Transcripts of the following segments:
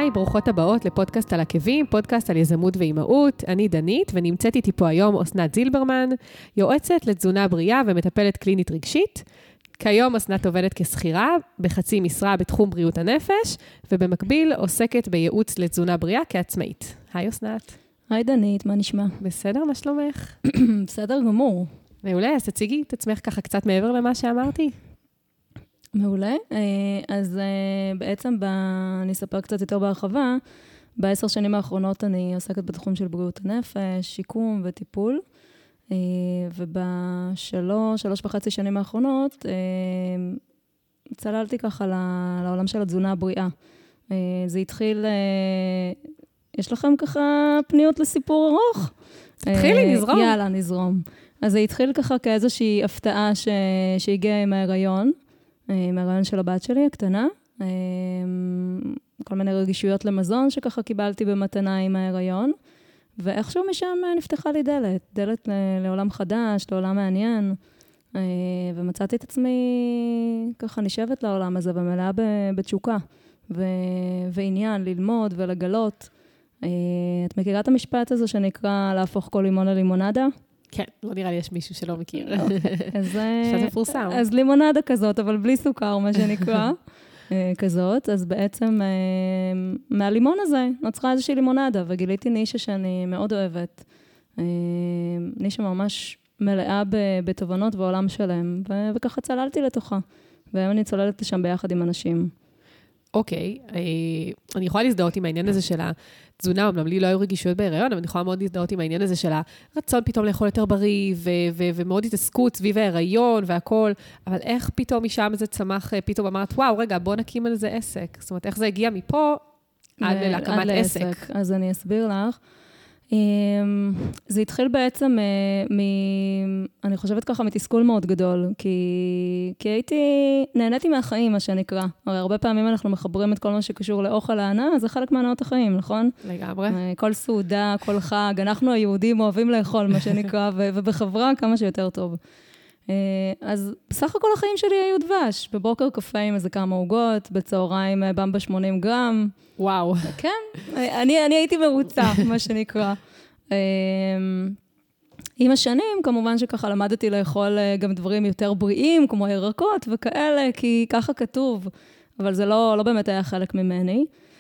היי, ברוכות הבאות לפודקאסט על עקבים, פודקאסט על יזמות ואימהות. אני דנית, ונמצאת איתי פה היום אסנת זילברמן, יועצת לתזונה בריאה ומטפלת קלינית רגשית. כיום אסנת עובדת כשכירה, בחצי משרה בתחום בריאות הנפש, ובמקביל עוסקת בייעוץ לתזונה בריאה כעצמאית. היי אסנת. היי דנית, מה נשמע? בסדר, מה שלומך? בסדר גמור. מעולה, אז תציגי את עצמך ככה קצת מעבר למה שאמרתי. מעולה. אז בעצם אני אספר קצת יותר בהרחבה. ב10 שנים האחרונות אני עוסקת בתחום של בריאות הנפש, שיקום וטיפול. ובשלוש וחצי שנים האחרונות צללתי ככה לעולם של התזונה הבריאה. זה התחיל, יש לכם ככה פניות לסיפור ארוך? תתחילי, נזרום. יאללה, נזרום. אז זה התחיל ככה כאיזושהי הפתעה שהגיעה עם ההיריון. מהרעיון של הבת שלי, הקטנה. כל מיני רגישויות למזון שככה קיבלתי במתנה עם ההיריון. ואיכשהו משם נפתחה לי דלת לעולם חדש, לעולם מעניין. ומצאתי את עצמי ככה נשבת לעולם הזה ומלאה בתשוקה. ועניין, ללמוד ולגלות. את מכירה את המשפט הזה שנקרא להפוך כל לימון ללימונדה? כן, לא נראה לי יש מישהו שלא מכיר. שזה מפורסם. אז לימונדה כזאת, אבל בלי סוכר, מה שנקרא, כזאת. אז בעצם מהלימון הזה נוצרה איזושהי לימונדה, וגיליתי נישה שאני מאוד אוהבת. נישה ממש מלאה בתובנות ועולם שלם, וככה צללתי לתוכה. והיום אני צוללת לשם ביחד עם אנשים. אוקיי, אני יכולה להזדהות עם העניין הזה של התזונה, אומנם לי לא היו רגישויות בהיריון, אבל אני יכולה מאוד להזדהות עם העניין הזה של הרצון פתאום לאכול יותר בריא, ומאוד התעסקות סביב ההיריון והכל, אבל איך פתאום משם זה צמח, פתאום אמרת, וואו, רגע, בוא נקים על זה עסק. זאת אומרת, איך זה הגיע מפה עד להקמת עסק. אז אני אסביר לך. זה התחיל בעצם אני חושבת ככה מתסכול מאוד גדול, כי נהניתי מהחיים, מה שנקרא. הרי הרבה פעמים אנחנו מחברים את כל מה שקשור לאוכל להנאה, אז זה חלק מהנאות החיים, נכון? לגמרי. כל סעודה, כל חג, אנחנו היהודים אוהבים לאכול, מה שנקרא, ובחברה כמה שיותר טוב. אז בסך הכל החיים שלי היו דבש. בבוקר קפה עם איזה כמה עוגות, בצהריים במבה 80 גרם. וואו. כן, אני הייתי מרוצה, מה שנקרא. עם השנים, כמובן שככה למדתי לאכול גם דברים יותר בריאים, כמו ירקות וכאלה, כי ככה כתוב, אבל זה לא באמת היה חלק ממני.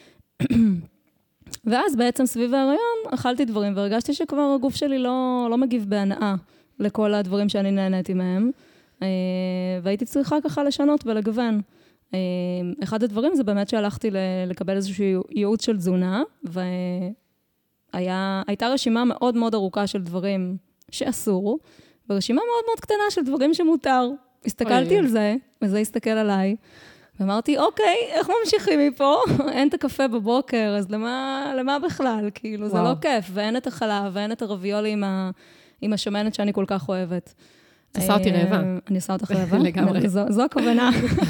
ואז בעצם סביב ההיריון אכלתי דברים, והרגשתי שכבר הגוף שלי לא מגיב בהנאה לכל הדברים שאני נהניתי מהם, והייתי צריכה ככה לשנות ולגוון. אחד הדברים זה באמת שהלכתי לקבל איזשהו ייעוץ של תזונה, והייתה רשימה מאוד מאוד ארוכה של דברים שאסור, ורשימה מאוד מאוד קטנה של דברים שמותר. הסתכלתי על זה, וזה הסתכל עליי, ואמרתי, אוקיי, איך ממשיכים מפה? אין את הקפה בבוקר, אז למה בכלל? כאילו, זה לא כיף, ואין את החלב, ואין את הרביולי עם השמנת שאני כל כך אוהבת. את עושה אותי רעבה. אני עושה אותך רעבה? לגמרי. זו הכוונה.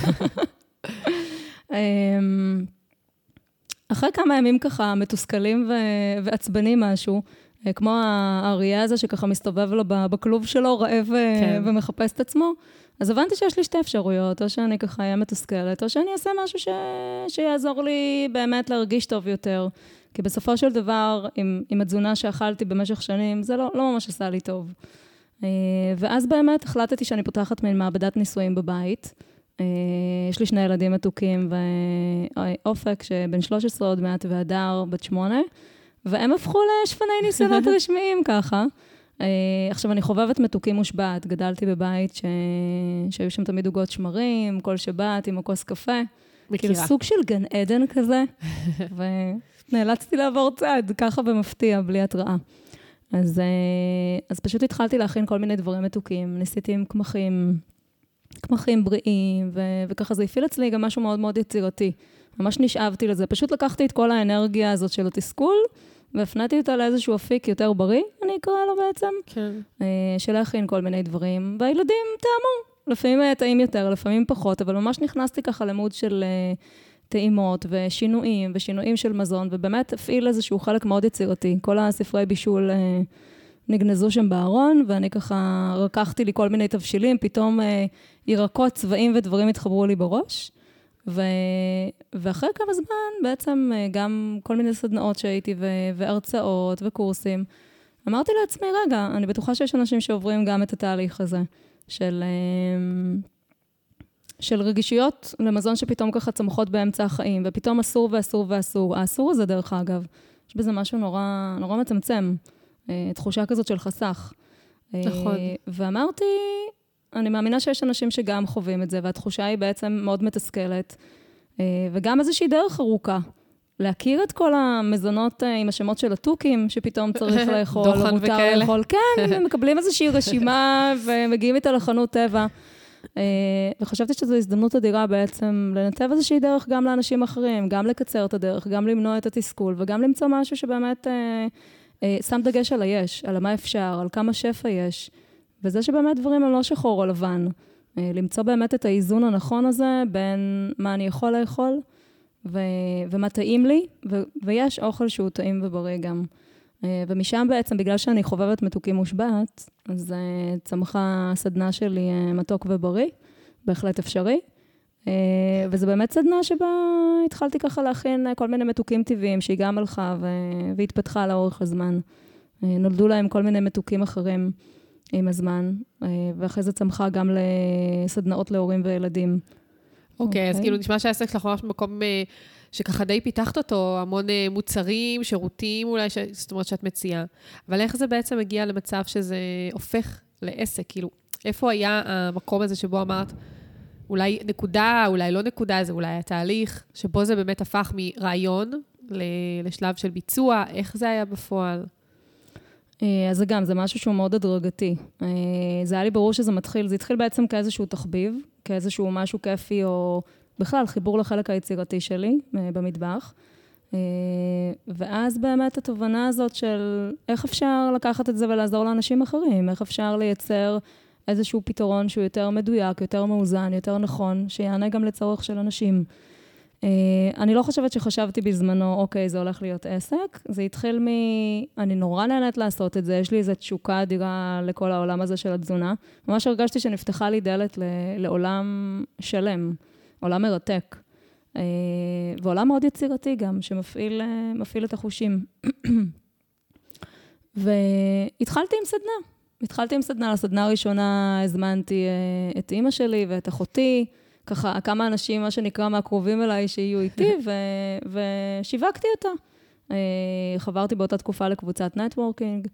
אחרי כמה ימים ככה מתוסכלים ועצבנים משהו, כמו האריה הזה שככה מסתובב לו בכלוב שלו, רעב ומחפש את עצמו, אז הבנתי שיש לי שתי אפשרויות, או שאני ככה אהיה מתוסכלת, או שאני אעשה משהו שיעזור לי באמת להרגיש טוב יותר. כי בסופו של דבר, עם התזונה שאכלתי במשך שנים, זה לא ממש עשה לי טוב. ואז באמת החלטתי שאני פותחת מין מעבדת ניסויים בבית. יש לי 2 ילדים מתוקים, ואופק שבן 13 עוד מעט והדר בת 8, והם הפכו לשפני ניסיונות רשמיים ככה. עכשיו אני חובבת מתוקים מושבעת, גדלתי בבית שהיו שם תמיד עוגות שמרים, כל שבת עם הכוס קפה. מכירה. כאילו סוג של גן עדן כזה, ונאלצתי לעבור צד, ככה במפתיע, בלי התראה. אז פשוט התחלתי להכין כל מיני דברים מתוקים, ניסיתי עם קמחים בריאים, וככה זה הפעיל אצלי גם משהו מאוד מאוד יצירתי. ממש נשאבתי לזה, פשוט לקחתי את כל האנרגיה הזאת של התסכול, והפניתי אותה לאיזשהו אפיק יותר בריא, אני אקרא לו בעצם, כן. של להכין כל מיני דברים, והילדים טעמו, לפעמים טעים יותר, לפעמים פחות, אבל ממש נכנסתי ככה למוד של טעימות ושינויים של מזון, ובאמת הפעיל איזשהו חלק מאוד יצירתי. כל הספרי בישול נגנזו שם בארון, ואני ככה רקחתי לי כל מיני תבשילים, פתאום ירקות, צבעים ודברים התחברו לי בראש, ואחרי כמה זמן, בעצם גם כל מיני סדנאות שהייתי, והרצאות וקורסים, אמרתי לעצמי, רגע, אני בטוחה שיש אנשים שעוברים גם את התהליך הזה, של רגישויות למזון שפתאום ככה צמחות באמצע החיים, ופתאום אסור ואסור ואסור. האסור הזה, דרך אגב, יש בזה משהו נורא, נורא מצמצם, תחושה כזאת של חסך. נכון. ואמרתי, אני מאמינה שיש אנשים שגם חווים את זה, והתחושה היא בעצם מאוד מתסכלת, וגם איזושהי דרך ארוכה. להכיר את כל המזונות עם השמות של הטוקים, שפתאום צריך לאכול, דוחן וכאלה. לאכול. כן, מקבלים איזושהי רשימה, ומגיעים איתה לחנות טבע. וחשבתי שזו הזדמנות אדירה בעצם לנתב איזושהי דרך גם לאנשים אחרים, גם לקצר את הדרך, גם למנוע את התסכול, וגם למצוא משהו שבאמת שם דגש על היש, על מה אפשר, על כמה שפע יש. וזה שבאמת דברים הם לא שחור או לבן. למצוא באמת את האיזון הנכון הזה בין מה אני יכול לאכול, ומה טעים לי, ויש אוכל שהוא טעים ובריא גם. ומשם בעצם, בגלל שאני חובבת מתוקים מושבעת, אז צמחה הסדנה שלי מתוק ובריא, בהחלט אפשרי. וזה באמת סדנה שבה התחלתי ככה להכין כל מיני מתוקים טבעיים, שהיא גם הלכה והתפתחה לאורך הזמן. נולדו להם כל מיני מתוקים אחרים עם הזמן, ואחרי זה צמחה גם לסדנאות להורים וילדים. אוקיי, אז כאילו נשמע שהעסק שלך ממש במקום שככה די פיתחת אותו, המון מוצרים, שירותים אולי, זאת אומרת שאת מציעה. אבל איך זה בעצם מגיע למצב שזה הופך לעסק? כאילו, איפה היה המקום הזה שבו אמרת, אולי נקודה, אולי לא נקודה, זה אולי התהליך, שבו זה באמת הפך מרעיון לשלב של ביצוע, איך זה היה בפועל? אז זה משהו שהוא מאוד הדרגתי. זה היה לי ברור שזה מתחיל, זה התחיל בעצם כאיזשהו תחביב, כאיזשהו משהו כיפי, או בכלל חיבור לחלק היצירתי שלי במטבח. ואז באמת התובנה הזאת של איך אפשר לקחת את זה ולעזור לאנשים אחרים, איך אפשר לייצר איזשהו פתרון שהוא יותר מדויק, יותר מאוזן, יותר נכון, שיענה גם לצורך של אנשים. אני לא חושבת שחשבתי בזמנו, אוקיי, זה הולך להיות עסק. זה התחיל אני נורא נהנית לעשות את זה, יש לי איזו תשוקה אדירה לכל העולם הזה של התזונה. ממש הרגשתי שנפתחה לי דלת לעולם שלם, עולם מרתק. ועולם מאוד יצירתי גם, שמפעיל את החושים. והתחלתי עם סדנה. לסדנה הראשונה הזמנתי את אמא שלי ואת אחותי, ככה כמה אנשים, מה שנקרא, מהקרובים אליי שיהיו איתי, ושיווקתי אותה. חברתי באותה תקופה לקבוצת נטוורקינג.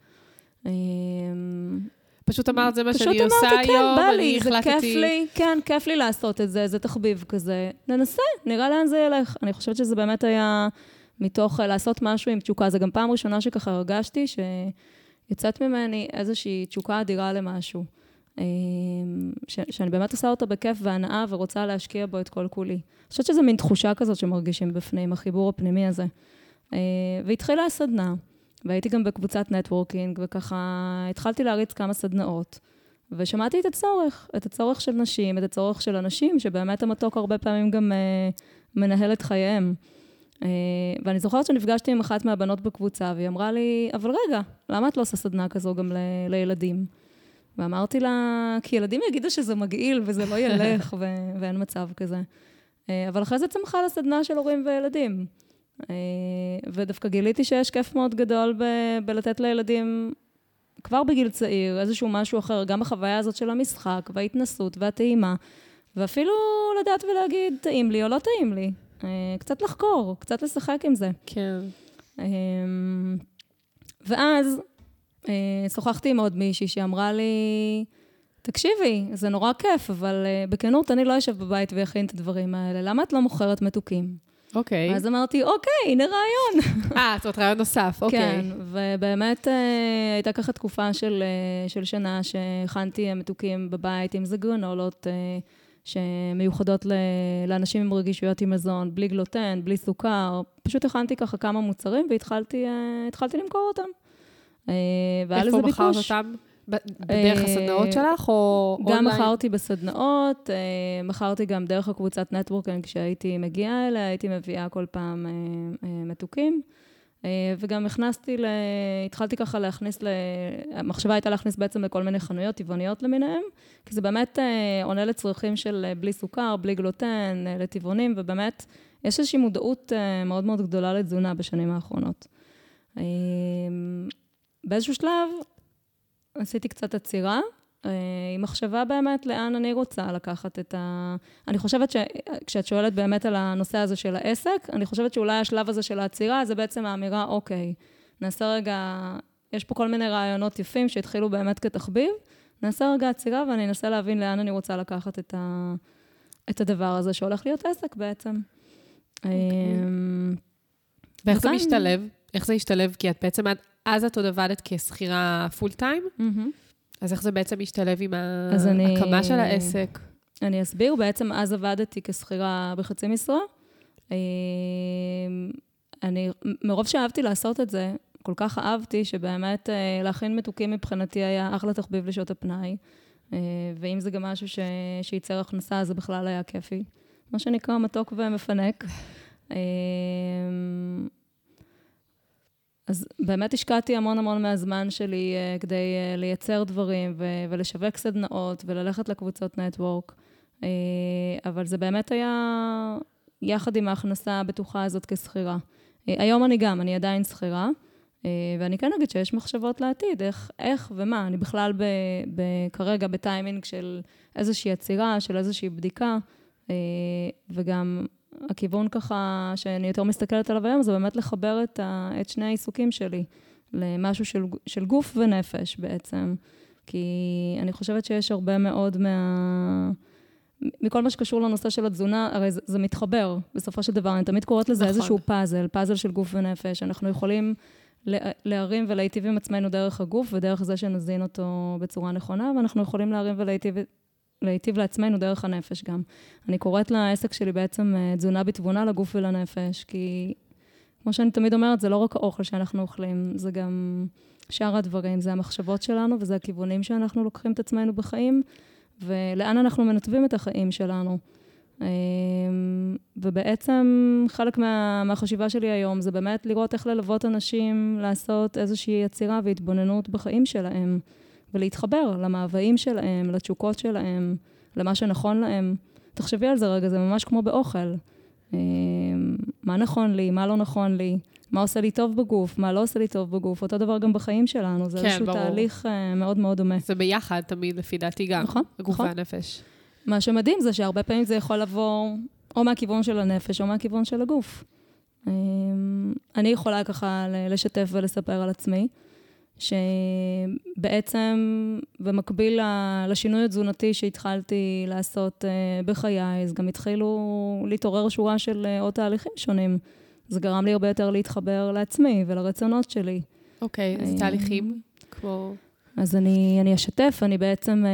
פשוט אמרת, זה מה שאני עושה היום, אני החלטתי. כן, כיף לי לעשות את זה, זה תחביב כזה. ננסה, נראה לאן זה ילך. אני חושבת שזה באמת היה מתוך לעשות משהו עם תשוקה. זה גם פעם ראשונה שככה הרגשתי, שיצאת ממני איזושהי תשוקה אדירה למשהו. שאני באמת עושה אותה בכיף והנאה, ורוצה להשקיע בו את כל כולי. אני חושבת שזה מין תחושה כזאת שמרגישים בפנים, החיבור הפנימי הזה. והתחילה הסדנה, והייתי גם בקבוצת נטוורקינג, וככה התחלתי להריץ כמה סדנאות, ושמעתי את הצורך של נשים, את הצורך של אנשים, שבאמת המתוק הרבה פעמים גם מנהל את חייהם. ואני זוכרת שנפגשתי עם אחת מהבנות בקבוצה, והיא אמרה לי, אבל רגע, למה את לא עושה סדנה כזו גם לילדים? ואמרתי לה, כי ילדים יגידו שזה מגעיל, וזה לא ילך, ואין מצב כזה. אבל אחרי זה צמחה לסדנה של הורים וילדים. ודווקא גיליתי שיש כיף מאוד גדול בלתת לילדים, כבר בגיל צעיר, איזשהו משהו אחר, גם החוויה הזאת של המשחק, וההתנסות והטעימה, ואפילו לדעת ולהגיד, טעים לי או לא טעים לי. קצת לחקור, קצת לשחק עם זה. כן. ואז שוחחתי עם עוד מישהי שאמרה לי, תקשיבי, זה נורא כיף, אבל בכנות אני לא יושב בבית ויכין את הדברים האלה. למה את לא מוכרת מתוקים? אוקיי. אז אמרתי, אוקיי, הנה רעיון. זאת אומרת, רעיון נוסף, אוקיי. כן, ובאמת הייתה ככה תקופה של שנה שהכנתי מתוקים בבית, עם זה גרנולות שמיוחדות לאנשים עם רגישויות עם מזון, בלי גלוטן, בלי סוכר. פשוט הכנתי ככה כמה מוצרים והתחלתי למכור אותם. איפה מכרת אותם? בדרך הסדנאות שלך או גם מכרתי בסדנאות, מכרתי גם דרך הקבוצת נטוורקינג כשהייתי מגיעה אליה, הייתי מביאה כל פעם מתוקים, וגם התחלתי ככה המחשבה הייתה להכניס בעצם לכל מיני חנויות טבעוניות למיניהם, כי זה באמת עונה לצרכים של בלי סוכר, בלי גלוטן, לטבעונים, ובאמת יש איזושהי מודעות מאוד מאוד גדולה לתזונה בשנים האחרונות. באיזשהו שלב עשיתי קצת עצירה, עם מחשבה באמת לאן אני רוצה לקחת אני חושבת שכשאת שואלת באמת על הנושא הזה של העסק, אני חושבת שאולי השלב הזה של העצירה, זה בעצם האמירה, אוקיי, נעשה רגע, יש פה כל מיני רעיונות יפים שהתחילו באמת כתחביב, נעשה רגע עצירה ואני אנסה להבין לאן אני רוצה לקחת את הדבר הזה שהולך להיות עסק בעצם. ואיך זה משתלב? איך זה ישתלב? כי את בעצם, אז את עוד עבדת כשכירה פול טיים? אז איך זה בעצם משתלב עם ההקמה של העסק? אני אסביר, בעצם אז עבדתי כשכירה בחצי משרה. מרוב שאהבתי לעשות את זה, כל כך אהבתי שבאמת להכין מתוקים מבחינתי היה אחלה תחביב לשעות הפנאי, ואם זה גם משהו שייצר הכנסה, זה בכלל היה כיפי. מה שנקרא מתוק ומפנק. אז באמת השקעתי המון המון מהזמן שלי כדי לייצר דברים ולשווק סדנאות וללכת לקבוצות נטוורק, אבל זה באמת היה יחד עם ההכנסה הבטוחה הזאת כשכירה. היום אני עדיין שכירה, ואני כן אגיד שיש מחשבות לעתיד, איך ומה. אני בכלל כרגע בטיימינג של איזושהי עצירה, של איזושהי בדיקה, וגם הכיוון ככה שאני יותר מסתכלת עליו היום, זה באמת לחבר את שני העיסוקים שלי למשהו של גוף ונפש בעצם. כי אני חושבת שיש הרבה מאוד מכל מה שקשור לנושא של התזונה, הרי זה מתחבר בסופו של דבר. אני תמיד קוראת לזה איזשהו פאזל של גוף ונפש. אנחנו יכולים להרים ולהיטיב עם עצמנו דרך הגוף, ודרך זה שנזין אותו בצורה נכונה, ואנחנו יכולים להרים ולהיטיב לעצמנו דרך הנפש גם. אני קוראת לעסק שלי בעצם תזונה בתבונה לגוף ולנפש, כי כמו שאני תמיד אומרת, זה לא רק האוכל שאנחנו אוכלים, זה גם שאר הדברים, זה המחשבות שלנו, וזה הכיוונים שאנחנו לוקחים את עצמנו בחיים, ולאן אנחנו מנתבים את החיים שלנו. ובעצם חלק מהחשיבה שלי היום, זה באמת לראות איך ללוות אנשים, לעשות איזושהי יצירה והתבוננות בחיים שלהם, ולהתחבר למאוויים שלהם, לתשוקות שלהם, למה שנכון להם. תחשבי על זה רגע, זה ממש כמו באוכל. מה נכון לי, מה לא נכון לי, מה עושה לי טוב בגוף, מה לא עושה לי טוב בגוף, אותו דבר גם בחיים שלנו, זה איזשהו תהליך מאוד מאוד דומה. זה ביחד תמיד, לפי דעתי גם, הגוף והנפש. מה שמדהים זה שהרבה פעמים זה יכול לבוא או מהכיוון של הנפש או מהכיוון של הגוף. אני יכולה ככה לשתף ולספר על עצמי, שבעצם במקביל לשינוי התזונתי שהתחלתי לעשות בחיי, אז גם התחילו להתעורר שורה של עוד תהליכים שונים. זה גרם לי הרבה יותר להתחבר לעצמי ולרצונות שלי. אוקיי, אז תהליכים כמו... אז אני אשתף, אני בעצם...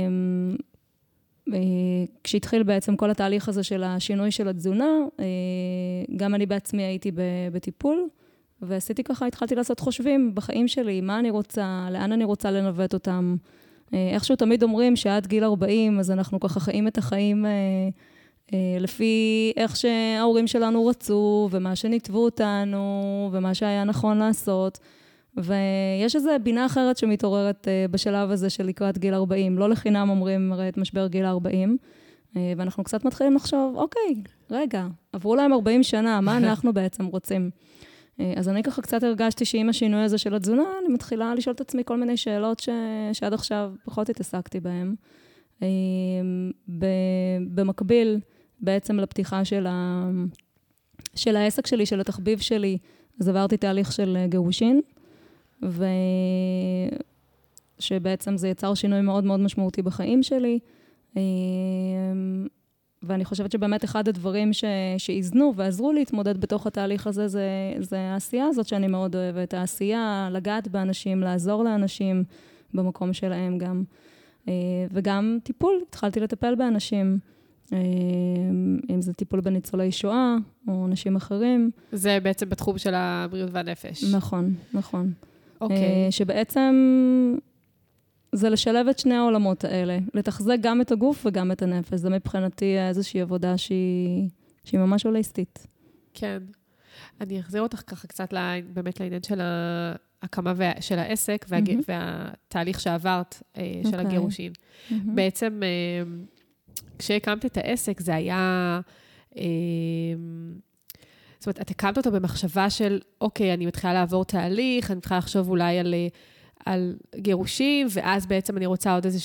כשהתחיל בעצם כל התהליך הזה של השינוי של התזונה, גם אני בעצמי הייתי בטיפול, ועשיתי ככה, התחלתי לעשות חושבים בחיים שלי, מה אני רוצה, לאן אני רוצה לנווט אותם. איכשהו תמיד אומרים שעד גיל 40, אז אנחנו ככה חיים את החיים לפי איך שההורים שלנו רצו, ומה שניתבו אותנו, ומה שהיה נכון לעשות. ויש איזו בינה אחרת שמתעוררת בשלב הזה של לקראת גיל 40. לא לחינם אומרים הרי את משבר גיל 40, ואנחנו קצת מתחילים לחשוב, אוקיי, רגע, עברו להם 40 שנה, מה אנחנו בעצם רוצים? אז אני ככה קצת הרגשתי שעם השינוי הזה של התזונה, אני מתחילה לשאול את עצמי כל מיני שאלות שעד עכשיו פחות התעסקתי בהן. במקביל בעצם לפתיחה של העסק שלי, של התחביב שלי, אז עברתי תהליך של גירושין, שבעצם זה יצר שינוי מאוד מאוד משמעותי בחיים שלי, ואני חושבת שבאמת אחד הדברים שאיזנו ועזרו להתמודד בתוך התהליך הזה, זה העשייה הזאת שאני מאוד אוהבת, העשייה, לגעת באנשים, לעזור לאנשים במקום שלהם גם, וגם טיפול, התחלתי לטפל באנשים, אם זה טיפול בניצולי שואה או אנשים אחרים. זה בעצם בתחום של הבריאות והנפש. נכון, נכון. אוקיי. שבעצם זה לשלב את שני העולמות האלה, לתחזק גם את הגוף וגם את הנפש. זה מבחינתי איזושהי עבודה שהיא ממש הוליסטית. כן. אני אחזיר אותך ככה קצת באמת לעניין של ההקמה של העסק והתהליך שעברת של הגירושין. בעצם, כשהקמת את העסק, זה היה... זאת אומרת, את הקמת אותו במחשבה של, אוקיי, אני מתחילה לעבור תהליך, אני מתחילה לחשוב אולי על גירושים, ואז בעצם אני רוצה עוד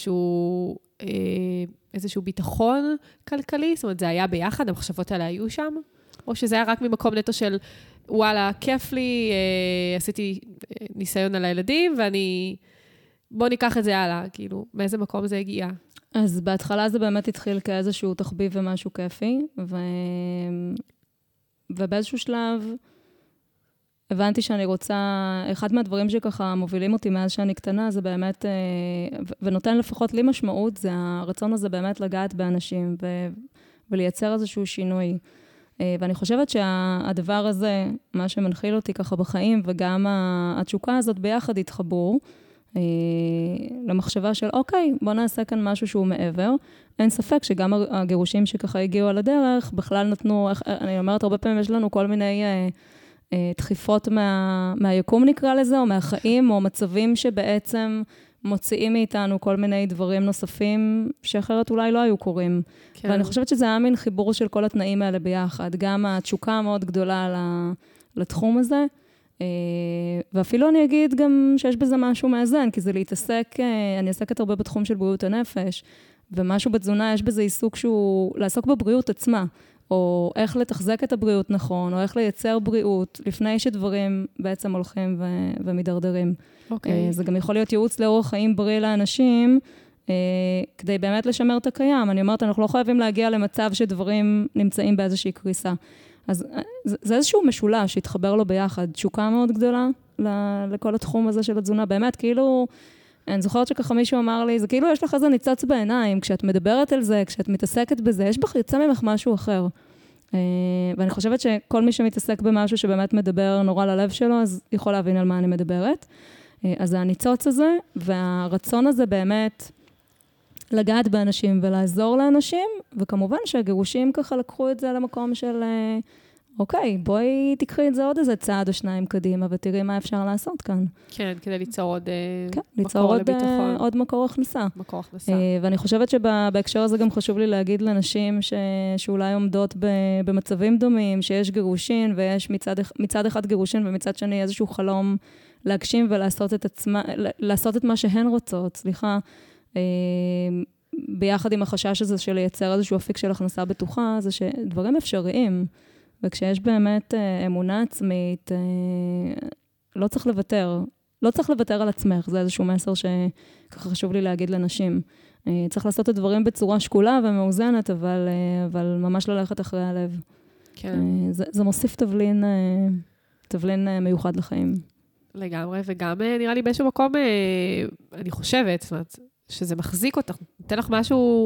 איזשהו ביטחון כלכלי, זאת אומרת, זה היה ביחד, המחשבות האלה היו שם, או שזה היה רק ממקום נטו של, וואלה, כיף לי, עשיתי ניסיון על הילדים, בוא ניקח את זה הלאה, כאילו, מאיזה מקום זה הגיע? אז בהתחלה זה באמת התחיל כאיזשהו תחביב ומשהו כיפי, ובאיזשהו שלב הבנתי שאני רוצה, אחד מהדברים שככה מובילים אותי מאז שאני קטנה, זה באמת, ונותן לפחות לי משמעות, זה הרצון הזה באמת לגעת באנשים, ולייצר איזשהו שינוי. ואני חושבת שהדבר הזה, מה שמנחיל אותי ככה בחיים, וגם התשוקה הזאת ביחד התחברו, למחשבה של, אוקיי, בוא נעשה כאן משהו שהוא מעבר. אין ספק שגם הגירושים שככה הגיעו על הדרך, בכלל נתנו, אני אומרת, הרבה פעמים יש לנו כל מיני דחיפות מהיקום נקרא לזה, או מהחיים, או מצבים שבעצם מוציאים מאיתנו כל מיני דברים נוספים, שאחרת אולי לא היו קורים. כן. ואני חושבת שזה היה מין חיבור של כל התנאים האלה ביחד. גם התשוקה המאוד גדולה לתחום הזה, ואפילו אני אגיד גם שיש בזה משהו מאזן, כי זה להתעסק, אני עסקת הרבה בתחום של בריאות הנפש, ומשהו בתזונה, יש בזה עיסוק שהוא לעסוק בבריאות עצמה, או איך לתחזק את הבריאות נכון, או איך לייצר בריאות, לפני שדברים בעצם הולכים ומדרדרים. אוקיי. זה גם יכול להיות ייעוץ לאורח חיים בריא לאנשים, כדי באמת לשמר את הקיים. אני אומרת, אנחנו לא חייבים להגיע למצב שדברים נמצאים באיזושהי קריסה. אז זה איזשהו משולש שהתחבר לו ביחד, תשוקה מאוד גדולה לכל התחום הזה של התזונה. באמת, כאילו, אני זוכרת שככה מישהו אמר לי, זה כאילו יש לך איזה ניצוץ בעיניים, כשאת מדברת על זה, כשאת מתעסקת בזה, יש בך יוצא ממך משהו אחר. ואני חושבת שכל מי שמתעסק במשהו שבאמת מדבר נורא ללב שלו, אז יכול להבין על מה אני מדברת. אז הניצוץ הזה, והרצון הזה באמת לגעת באנשים ולעזור לאנשים, וכמובן שהגירושים ככה לקחו את זה למקום של, אוקיי, בואי תקחי את זה עוד איזה צעד או שניים קדימה, ותראי מה אפשר לעשות כאן. כן, כדי ליצור עוד מקור לביטחון. עוד מקור הכנסה. מקור הכנסה. ואני חושבת שבהקשר הזה גם חשוב לי להגיד לנשים שאולי עומדות במצבים דומים, שיש גירושין, ויש מצד אחד גירושין, ומצד שני איזשהו חלום להגשים ולעשות לעשות את מה שהן רוצות, סליחה, ביחד עם החשש הזה של לייצר איזשהו אפיק של הכנסה בטוחה, זה שדברים אפשריים, וכשיש באמת אמונה עצמית, לא צריך לוותר. לא צריך לוותר על עצמך, זה איזשהו מסר שככה חשוב לי להגיד לנשים. צריך לעשות את הדברים בצורה שקולה ומאוזנת, אבל ממש ללכת אחרי הלב. כן. זה מוסיף תבלין מיוחד לחיים. לגמרי, וגם נראה לי באיזשהו מקום, אני חושבת, זאת אומרת, שזה מחזיק אותך, נותן לך משהו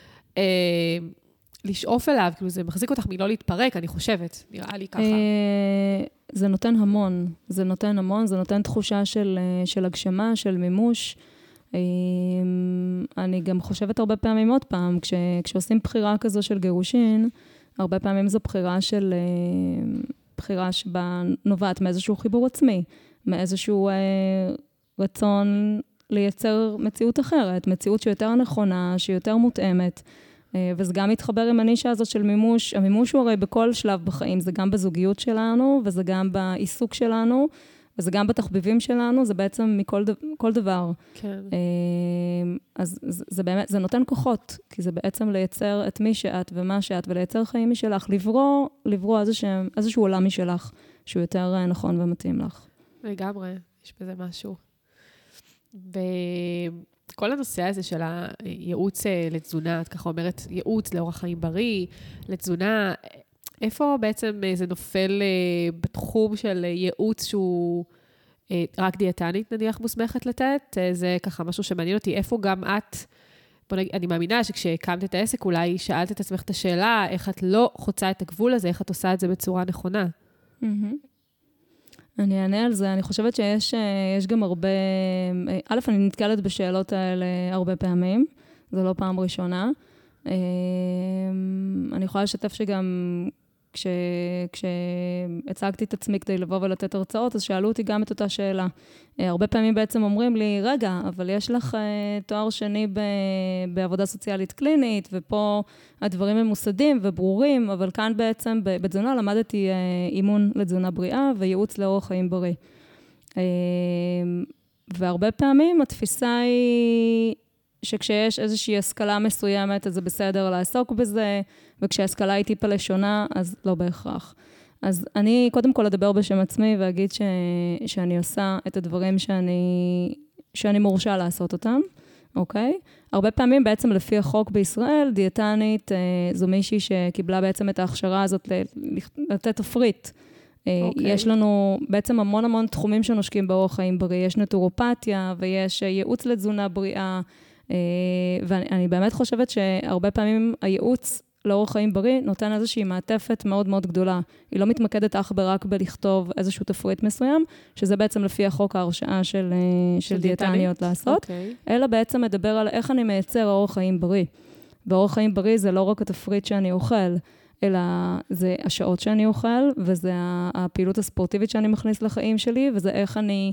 לשאוף אליו, כאילו זה מחזיק אותך מלא להתפרק, אני חושבת, נראה לי ככה. זה נותן המון, זה נותן תחושה של הגשמה, של מימוש. אני גם חושבת הרבה פעמים עוד פעם, כשעושים בחירה כזו של גירושין, הרבה פעמים זו בחירה שבה נובעת מאיזשהו חיבור עצמי, מאיזשהו רצון לייצר מציאות אחרת, מציאות שיותר נכונה, שיותר מותאמת, וזה גם מתחבר עם הנישה הזאת של מימוש. המימוש הוא הרי בכל שלב בחיים, זה גם בזוגיות שלנו, וזה גם בעיסוק שלנו, וזה גם בתחביבים שלנו, זה בעצם מכל דבר. כן. אז זה באמת, זה נותן כוחות, כי זה בעצם לייצר את מי שאת ומה שאת, ולייצר חיים משלך, לברוא איזשהו עולם משלך, שהוא יותר נכון ומתאים לך. לגמרי, יש בזה משהו. וכל הנושא הזה של הייעוץ לתזונה, את ככה אומרת, ייעוץ לאורח חיים בריא, לתזונה, איפה בעצם זה נופל בתחום של ייעוץ שהוא רק דיאטנית, נניח, מוסמכת לתת? זה ככה משהו שמעניין אותי. איפה גם את, אני מאמינה שכשהקמת את העסק, אולי שאלת את עצמך את השאלה, איך את לא חוצה את הגבול הזה, איך את עושה את זה בצורה נכונה? אני אענה על זה. אני חושבת שיש גם הרבה, א', אני נתקלת בשאלות האלה הרבה פעמים, זו לא פעם ראשונה. אני יכולה לשתף שגם כשהצגתי את עצמי כדי לבוא ולתת הרצאות, אז שאלו אותי גם את אותה שאלה. הרבה פעמים בעצם אומרים לי, רגע, אבל יש לך תואר שני בעבודה סוציאלית קלינית, ופה הדברים הם מוסדים וברורים, אבל כאן בעצם בתזונה למדתי אימון לתזונה בריאה וייעוץ לאורח חיים בריא. והרבה פעמים התפיסה היא שכשיש איזושהי השכלה מסוימת, אז זה בסדר לעסוק בזה, וכשההשכלה היא טיפה לשונה, אז לא בהכרח. אז אני קודם כל אדבר בשם עצמי ואגיד שאני עושה את הדברים שאני מורשה לעשות אותם, אוקיי? הרבה פעמים בעצם לפי החוק בישראל, דיאטנית זו מישהי שקיבלה בעצם את ההכשרה הזאת לתת תפריט. יש לנו בעצם המון תחומים שנושקים באורח חיים בריא. יש נטורופתיה ויש ייעוץ לתזונה בריאה, ואני באמת חושבת שהרבה פעמים הייעוץ לאורח חיים בריא נותן איזושהי מעטפת מאוד מאוד גדולה. היא לא מתמקדת אך ורק בלכתוב איזשהו תפריט מסוים, שזה בעצם לפי החוק ההרשאה של דיאטניות לעשות, אלא בעצם מדבר על איך אני מייצר אורח חיים בריא. ואורח חיים בריא זה לא רק התפריט שאני אוכל, אלא זה השעות שאני אוכל, וזה הפעילות הספורטיבית שאני מכניס לחיים שלי, וזה איך אני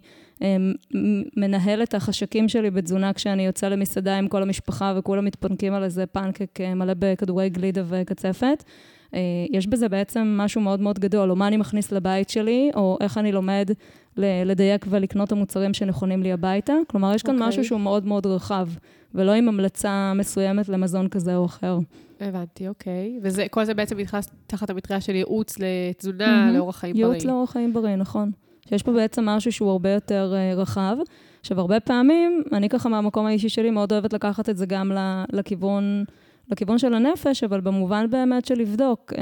מנהל את החשקים שלי בתזונה כשאני יוצא למסעדה עם כל המשפחה, וכולם מתפנקים על איזה פנקק מלא בכדורי גלידה וקצפת. יש בזה בעצם משהו מאוד מאוד גדול, או מה אני מכניס לבית שלי, או איך אני לומד לדייק ולקנות המוצרים שנכונים לי הביתה. כלומר, יש כאן משהו שהוא מאוד מאוד רחב, ולא עם המלצה מסוימת למזון כזה או אחר. הבנתי, אוקיי. וכל זה בעצם נכנס תחת המטריה של ייעוץ לתזונה, לאורח חיים בריא. ייעוץ לאורח חיים בריא, נכון. שיש פה בעצם משהו שהוא הרבה יותר רחב. עכשיו, הרבה פעמים, אני ככה מהמקום האישי שלי מאוד אוהבת לקחת את זה גם לכיוון של הנפש, אבל במובן באמת של לבדוק.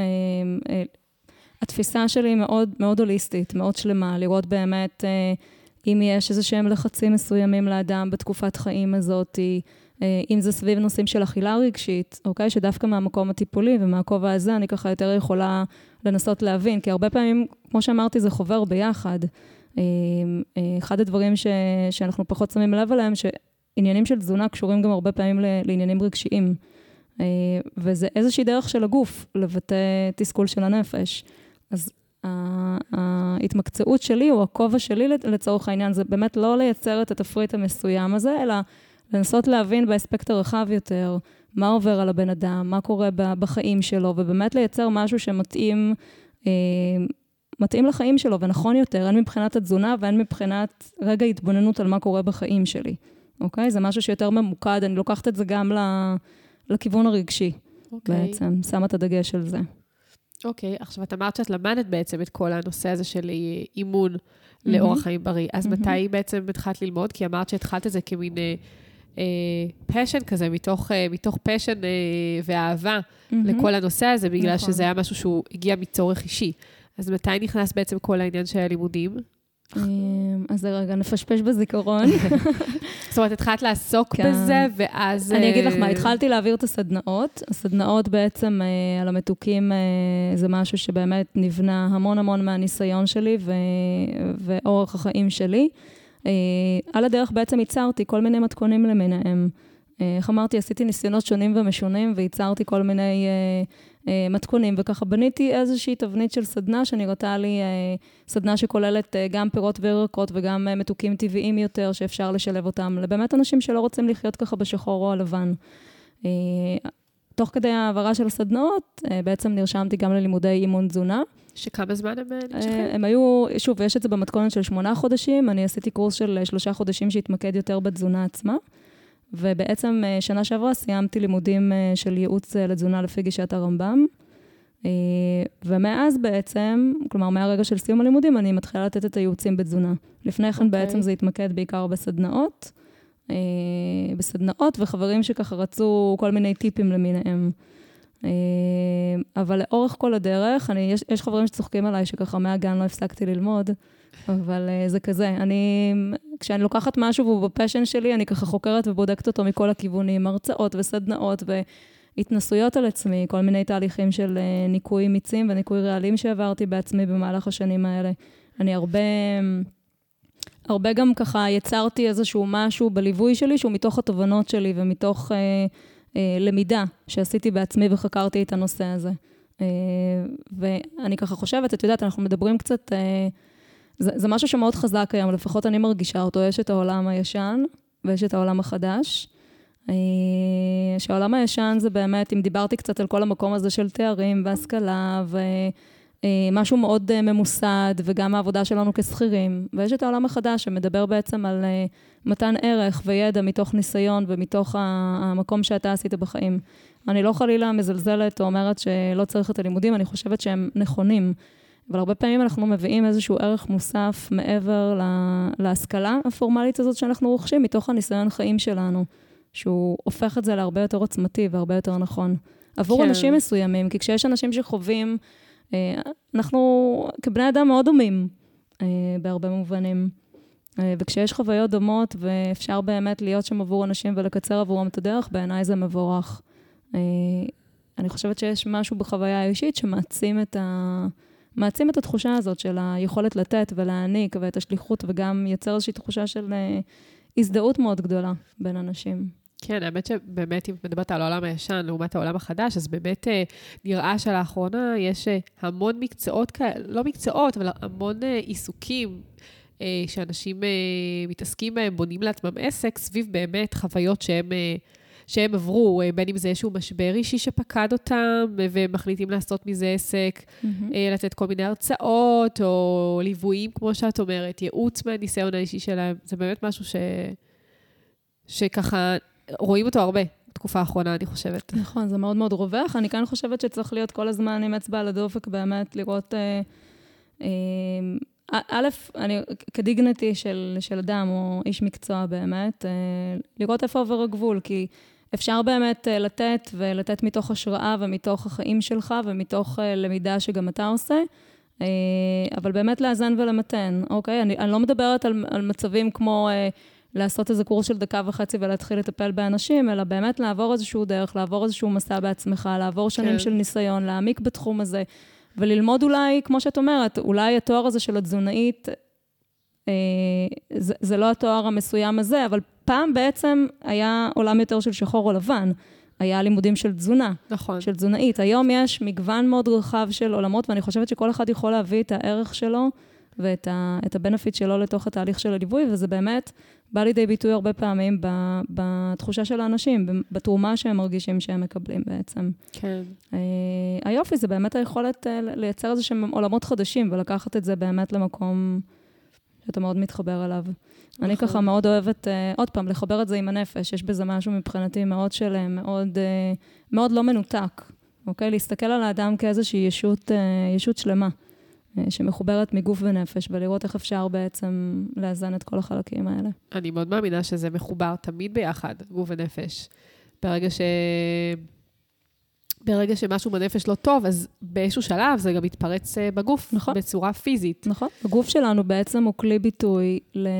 התפיסה שלי מאוד, מאוד הוליסטית, מאוד שלמה, לראות באמת אם יש איזשהם לחצים מסוימים לאדם בתקופת חיים הזאת, אם זה סביב נושאים של אכילה רגשית, אוקיי? שדווקא מהמקום הטיפולי ומהכובע הזה, אני ככה יותר יכולה לנסות להבין, כי הרבה פעמים, כמו שאמרתי, זה חובר ביחד. אחד הדברים שאנחנו פחות שמים לב עליהם, שעניינים של תזונה קשורים גם הרבה פעמים לעניינים רגשיים. וזה איזושהי דרך של הגוף לבטא תסכול של הנפש. אז ההתמקצעות שלי, או הכובע שלי לצורך העניין, זה באמת לא לייצר את התפריט המסוים הזה, אלא לנסות להבין באספקט הרחב יותר, מה עובר על הבן אדם, מה קורה בחיים שלו, ובאמת לייצר משהו שמתאים לחיים שלו, ונכון יותר, הן מבחינת התזונה, והן מבחינת רגע התבוננות על מה קורה בחיים שלי. אוקיי? זה משהו שיותר ממוקד, אני לוקחת את זה גם לכיוון הרגשי, בעצם, שמה את הדגש על זה. אוקיי, עכשיו את אמרת שאת למדת בעצם את כל הנושא הזה של אימון לאורח חיים בריא, אז מתי בעצם התחלת ללמוד? כי אמרת שהתחלת את זה כמין פשן כזה, מתוך פשן ואהבה לכל הנושא הזה, בגלל שזה היה משהו שהוא הגיע מצורך אישי. אז מתי נכנס בעצם כל העניין של הלימודים? אז רגע, נפשפש בזיכרון. זאת אומרת, התחלת לעסוק בזה, ואז... אני אגיד לך מה, התחלתי להעביר את הסדנאות. הסדנאות בעצם על המתוקים זה משהו שבאמת נבנה המון מהניסיון שלי ואורך החיים שלי. על הדרך בעצם ייצרתי כל מיני מתכונים למיניהם. איך אמרתי, עשיתי ניסיונות שונים ומשונים, וייצרתי כל מיני מתכונים, וככה בניתי איזושהי תבנית של סדנה, שנראתה לי סדנה שכוללת גם פירות וירקות, וגם מתוקים טבעיים יותר, שאפשר לשלב אותם, לבאמת אנשים שלא רוצים לחיות ככה בשחור או הלבן. תוך כדי העברה של הסדנאות, בעצם נרשמתי גם ללימודי אימון תזונה. שכמה זמן הם נמשכים? הם היו, שוב, יש את זה במתכונת של 8 חודשים, אני עשיתי קורס של 3 חודשים שהתמקד יותר בתזונה עצמה, ובעצם שנה שעברה סיימתי לימודים של ייעוץ לתזונה לפי גישת הרמב"ם, ומאז בעצם, כלומר מהרגע של סיום הלימודים, אני מתחילה לתת את הייעוצים בתזונה. לפני כן בעצם זה התמקד בעיקר בסדנאות, וחברים שככה רצו כל מיני טיפים למיניהם. אבל לאורך כל הדרך, יש חברים שצוחקים עליי שככה מהגן לא הפסקתי ללמוד, אבל זה כזה. כשאני לוקחת משהו והוא בפשן שלי, אני ככה חוקרת ובודקת אותו מכל הכיוונים, הרצאות וסדנאות והתנסויות על עצמי, כל מיני תהליכים של ניקוי מיצים וניקוי רעלים שעברתי בעצמי במהלך השנים האלה. אני הרבה גם ככה יצרתי איזשהו משהו בליווי שלי, שהוא מתוך התובנות שלי ומתוך למידה שעשיתי בעצמי וחקרתי את הנושא הזה. ואני ככה חושבת, את יודעת, אנחנו מדברים קצת, זה משהו שמאוד חזק היום, לפחות אני מרגישה אותו, יש את העולם הישן, ויש את העולם החדש. שהעולם הישן זה באמת, אם דיברתי קצת על כל המקום הזה של תארים והשכלה, ומשהו מאוד ממוסד, וגם העבודה שלנו כשכירים. ויש את העולם החדש שמדבר בעצם על מתן ערך וידע מתוך ניסיון, ומתוך המקום שאתה עשית בחיים. אני לא חלילה מזלזלת או אומרת שלא צריך את הלימודים, אני חושבת שהם נכונים. אבל הרבה פעמים אנחנו מביאים איזשהו ערך מוסף מעבר להשכלה הפורמלית הזאת שאנחנו רוכשים, מתוך הניסיון חיים שלנו. שהוא הופך את זה להרבה יותר עוצמתי והרבה יותר נכון. עבור אנשים מסוימים, כי כשיש אנשים שחווים, אנחנו כבני אדם מאוד דומים בהרבה מובנים. וכשיש חוויות דומות ואפשר באמת להיות שם עבור אנשים ולקצר עבורם את הדרך, בעיניי זה מבורך. אני חושבת שיש משהו בחוויה האישית שמעצים את התחושה הזאת של היכולת לתת ולהעניק ואת השליחות, וגם יצר איזושהי תחושה של הזדהות מאוד גדולה בין אנשים. כן, האמת שבאמת, אם מדברת על העולם הישן, לעומת העולם החדש, אז באמת נראה שלאחרונה יש המון מקצועות כאלה, לא מקצועות, אבל המון עיסוקים שאנשים מתעסקים בהם, בונים לעצמם עסק, סביב באמת חוויות שהם עברו, בין אם זה איזשהו משבר אישי שפקד אותם, ומחליטים לעשות מזה עסק, לתת כל מיני הרצאות, או ליוויים, כמו שאת אומרת, ייעוץ מהניסיון האישי שלהם. זה באמת משהו שככה רואים אותו הרבה בתקופה האחרונה, אני חושבת. נכון, זה מאוד מאוד רווח. אני כאן חושבת שצריך להיות כל הזמן עם אצבע על הדופק, באמת לראות, א', כדיגנטי של אדם או איש מקצוע באמת, לראות איפה עובר הגבול, כי אפשר באמת לתת ולתת מתוך השראה ומתוך החיים שלך ומתוך למידה שגם אתה עושה, אבל באמת לאזן ולמתן, אוקיי? אני לא מדברת על מצבים כמו לעשות איזה קורס של 1.5 דקות ולהתחיל לטפל באנשים, אלא באמת לעבור איזשהו דרך, לעבור איזשהו מסע בעצמך, לעבור שנים של ניסיון, להעמיק בתחום הזה, וללמוד אולי, כמו שאת אומרת, אולי התואר הזה של התזונאית, זה לא התואר המסוים הזה, אבל פעם בעצם היה עולם יותר של שחור או לבן, היה לימודים של תזונה, נכון. של תזונאית. היום יש מגוון מאוד רחב של עולמות, ואני חושבת שכל אחד יכול להביא את הערך שלו, ואת הבנפיט שלו לתוך התהליך של הליווי, וזה באמת בא לידי ביטוי הרבה פעמים בתחושה של האנשים, בתרומה שהם מרגישים שהם מקבלים בעצם. כן. היופי זה באמת היכולת לייצר איזה שהם עולמות חדשים, ולקחת את זה באמת למקום שאתה מאוד מתחבר אליו. אני ככה מאוד אוהבת, עוד פעם, לחבר את זה עם הנפש. יש בזה משהו מבחינתי מאוד שלם, מאוד לא מנותק. אוקיי? להסתכל על האדם כאיזושהי ישות שלמה. שמחוברת מגוף ונפש, ולראות איך אפשר בעצם לאזן את כל החלקים האלה. אני מאוד מאמינה שזה מחובר תמיד ביחד, גוף ונפש. ברגע שמשהו בנפש לא טוב, אז באיזשהו שלב זה גם מתפרץ בגוף, נכון. בצורה פיזית. נכון. הגוף שלנו בעצם הוא כלי ביטוי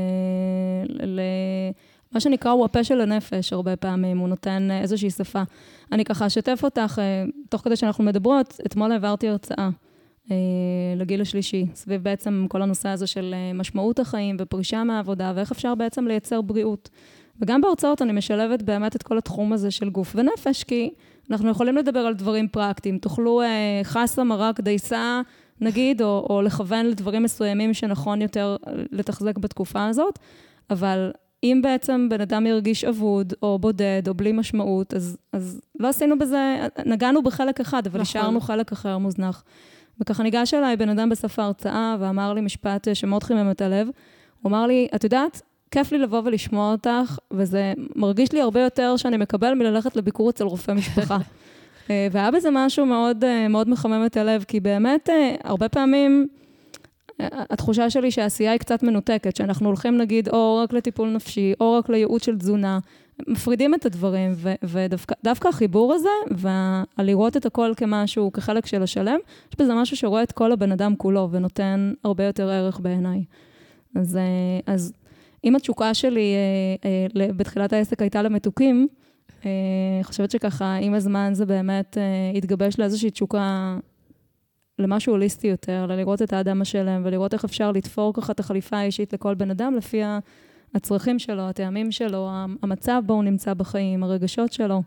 מה שנקרא הוא הפה של הנפש הרבה פעמים, הוא נותן איזושהי שפה. אני ככה אשתף אותך, תוך כדי שאנחנו מדברות, אתמול העברתי הרצאה. לגיל השלישי, סביב בעצם כל הנושא הזה של משמעות החיים ופרישה מהעבודה, ואיך אפשר בעצם לייצר בריאות. וגם בהרצאות אני משלבת באמת את כל התחום הזה של גוף ונפש, כי אנחנו יכולים לדבר על דברים פרקטיים. תאכלו חסה, מרק, דייסה, נגיד, או לכוון לדברים מסוימים שנכון יותר לתחזק בתקופה הזאת, אבל אם בעצם בן אדם ירגיש אבוד, או בודד, או בלי משמעות, אז לא עשינו בזה, נגענו בחלק אחד, אבל השארנו חלק אחר מוזנח. וככה ניגש אליי בן אדם בסוף ההרצאה, ואמר לי משפט שמאוד חימם את הלב. הוא אמר לי, את יודעת, כיף לי לבוא ולשמוע אותך, וזה מרגיש לי הרבה יותר שאני מקבל מללכת לביקור אצל רופא משפחה. והיה בזה משהו מאוד, מאוד מחמם את הלב, כי באמת, הרבה פעמים, התחושה שלי שהעשייה היא קצת מנותקת, שאנחנו הולכים נגיד או רק לטיפול נפשי, או רק לייעוץ של תזונה, מפרידים את הדברים, ודווקא החיבור הזה, ולראות את הכל כמשהו, כחלק של השלם, יש בזה משהו שרואה את כל הבן אדם כולו, ונותן הרבה יותר ערך בעיניי. אז אם התשוקה שלי בתחילת העסק הייתה למתוקים, חושבת שככה, עם הזמן זה באמת התגבש לאיזושהי תשוקה, למשהו הוליסטי יותר, לראות את האדם השלם, ולראות איך אפשר לתפור ככה את החליפה האישית לכל בן אדם, לפי הצרכים שלו, הטעמים שלו, המצב בו הוא נמצא בחיים, הרגשות שלו,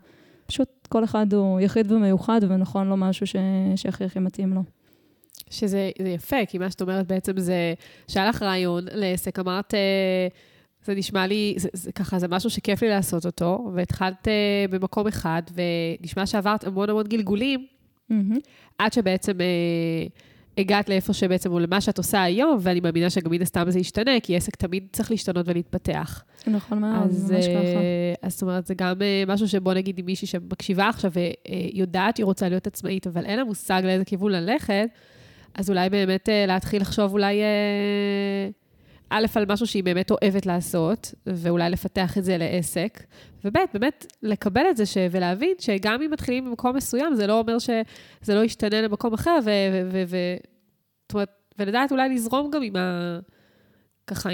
פשוט כל אחד הוא יחיד ומיוחד, ונכון לו משהו שהכי מתאים לו. שזה יפה, כי מה שאת אומרת בעצם זה, שהיה לך רעיון לעסק, אמרת, זה נשמע לי, זה ככה, זה משהו שכיף לי לעשות אותו, והתחלת במקום אחד, ונשמע שעברת המון המון גלגולים, עד שבעצם הגעת לאיפה שבעצם הוא למה שאת עושה היום, ואני מאמינה שגם מן הסתם זה ישתנה, כי עסק תמיד צריך להשתנות ולהתפתח. נכון מאוד, ממש ככה. אז זאת אומרת, זה גם משהו שבוא נגיד עם מישהי שמקשיבה עכשיו, ויודעת היא רוצה להיות עצמאית, אבל אין לה מושג לאיזה כיוון ללכת, אז אולי באמת להתחיל לחשוב אולי א', על משהו שהיא באמת אוהבת לעשות, ואולי לפתח את זה לעסק, וב', באמת לקבל את זה ולהבין שגם אם מתחילים במקום מסוים, זה לא אומר שזה לא ישתנה למקום אחר, זאת אומרת, ולדעת אולי לזרום גם ככה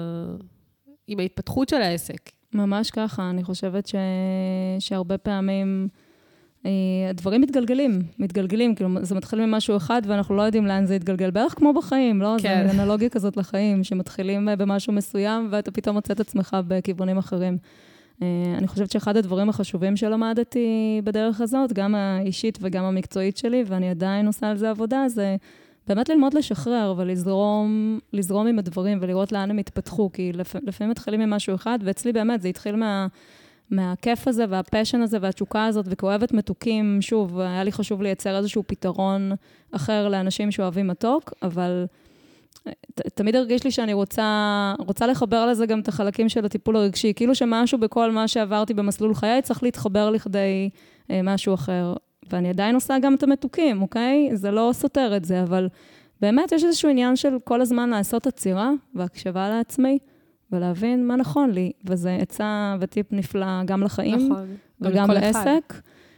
עם ההתפתחות של העסק. ממש ככה, אני חושבת שהרבה פעמים הדברים מתגלגלים, כאילו זה מתחיל ממשהו אחד ואנחנו לא יודעים לאן זה יתגלגל, בערך כמו בחיים, לא? כן. זה אנלוגיה כזאת לחיים, שמתחילים במשהו מסוים ואתה פתאום מוצא את עצמך בכיוונים אחרים. אני חושבת שאחד הדברים החשובים שלמדתי בדרך הזאת, גם האישית וגם המקצועית שלי, ואני עדיין עושה על זה עבודה, זה באמת ללמוד לשחרר ולזרום עם הדברים ולראות לאן הם יתפתחו, כי לפעמים מתחילים ממשהו אחד, ואצלי באמת זה התחיל מהכיף הזה והפשן הזה והתשוקה הזאת, וכאוהבת מתוקים, שוב, היה לי חשוב לייצר איזשהו פתרון אחר לאנשים שאוהבים מתוק, אבל תמיד הרגיש לי שאני רוצה לחבר לזה גם את החלקים של הטיפול הרגשי, כאילו שמשהו בכל מה שעברתי במסלול חיי צריך להתחבר לכדי משהו אחר, ואני עדיין עושה גם את המתוקים, אוקיי? זה לא סותר את זה, אבל באמת יש איזשהו עניין של כל הזמן לעשות עצירה והקשבה לעצמי, ולהבין מה נכון לי, וזה עצה וטיפ נפלא גם לחיים, נכון, וגם לעסק,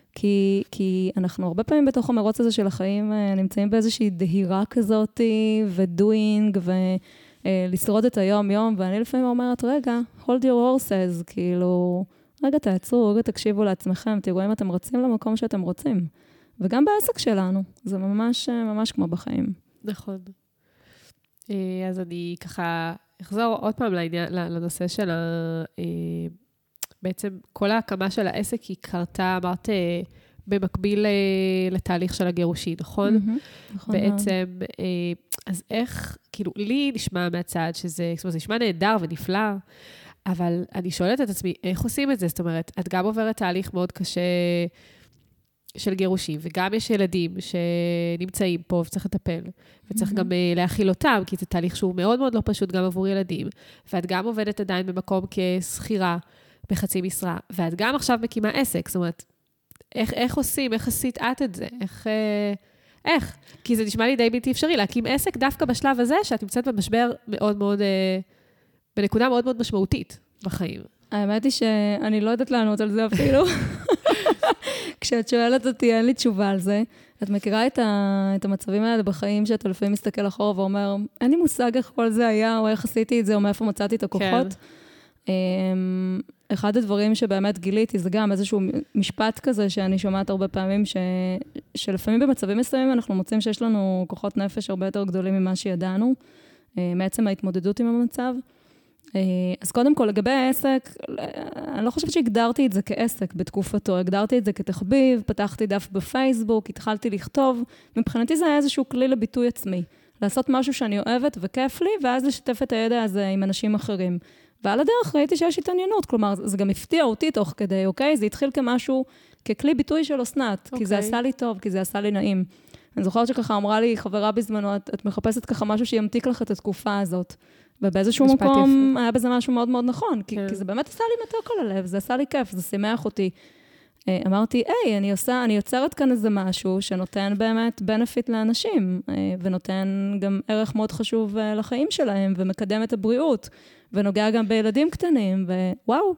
כי אנחנו הרבה פעמים בתוך המרוץ הזה של החיים נמצאים באיזושהי דהירה כזאת, ודוינג, ולשרוד את היום-יום, ואני לפעמים אומרת, רגע, hold your horses, כאילו, רגע תעצרו, רגע תקשיבו לעצמכם, תראו אם אתם רצים למקום שאתם רוצים. וגם בעסק שלנו, זה ממש, ממש כמו בחיים. נכון. אז אני ככה אחזור עוד פעם לנושא של בעצם כל ההקמה של העסק היא קרתה, אמרת, במקביל לתהליך של הגירושי, נכון? נכון. בעצם, אז איך, כאילו, לי נשמע מהצד שזה, זאת אומרת, זה נשמע נהדר ונפלא, אבל אני שואלת את עצמי, איך עושים את זה? זאת אומרת, את גם עוברת תהליך מאוד קשה של גירושים, וגם יש ילדים שנמצאים פה וצריך לטפל, וצריך גם להכיל אותם, כי זה תהליך שהוא מאוד מאוד לא פשוט גם עבור ילדים, ואת גם עובדת עדיין במקום כשכירה, בחצי משרה, ואת גם עכשיו מקימה עסק, זאת אומרת, איך עושים, איך עשית את את זה? איך? כי זה נשמע לי די בלתי אפשרי, להקים עסק דווקא בשלב הזה, שאת נמצאת במשבר מאוד מאוד, בנקודה מאוד מאוד משמעותית בחיים. האמת היא שאני לא יודעת לענות על זה אפילו. כשאת שואלת אותי, אין לי תשובה על זה. את מכירה את המצבים האלה בחיים, שאתה לפעמים מסתכל אחורה ואומר, אין לי מושג איך כל זה היה, או איך עשיתי את זה, או מאיפה מצאתי את הכוחות. כן. אחד הדברים שבאמת גיליתי, זה גם איזשהו משפט כזה, שאני שומעת הרבה פעמים, שלפעמים במצבים מסוימים אנחנו מוצאים שיש לנו כוחות נפש הרבה יותר גדולים ממה שידענו, מעצם ההתמודדות עם המצב. אז קודם כל, לגבי העסק, אני לא חושבת שהגדרתי את זה כעסק בתקופתו, הגדרתי את זה כתחביב, פתחתי דף בפייסבוק, התחלתי לכתוב, מבחינתי זה היה איזשהו כלי לביטוי עצמי, לעשות משהו שאני אוהבת וכיף לי, ואז לשתף את הידע הזה עם אנשים אחרים. ועל הדרך ראיתי שיש התעניינות, כלומר, זה גם הפתיע אותי תוך כדי, אוקיי? זה התחיל כמשהו, ככלי ביטוי של אסנת, כי זה עשה לי טוב, כי זה עשה לי נעים. אני זוכרת שככה אמרה לי חברה בזמנו, את מחפשת ככה משהו שימתיק לך את התקופה הזאת. ובאיזשהו מקום היה בזה משהו מאוד מאוד נכון, כי זה באמת עשה לי מתוק על הלב, זה עשה לי כיף, זה שימח אותי. אמרתי, אני יוצרת כאן איזה משהו שנותן באמת בנפיט לאנשים, ונותן גם ערך מאוד חשוב לחיים שלהם, ומקדם את הבריאות, ונוגע גם בילדים קטנים, ווואו.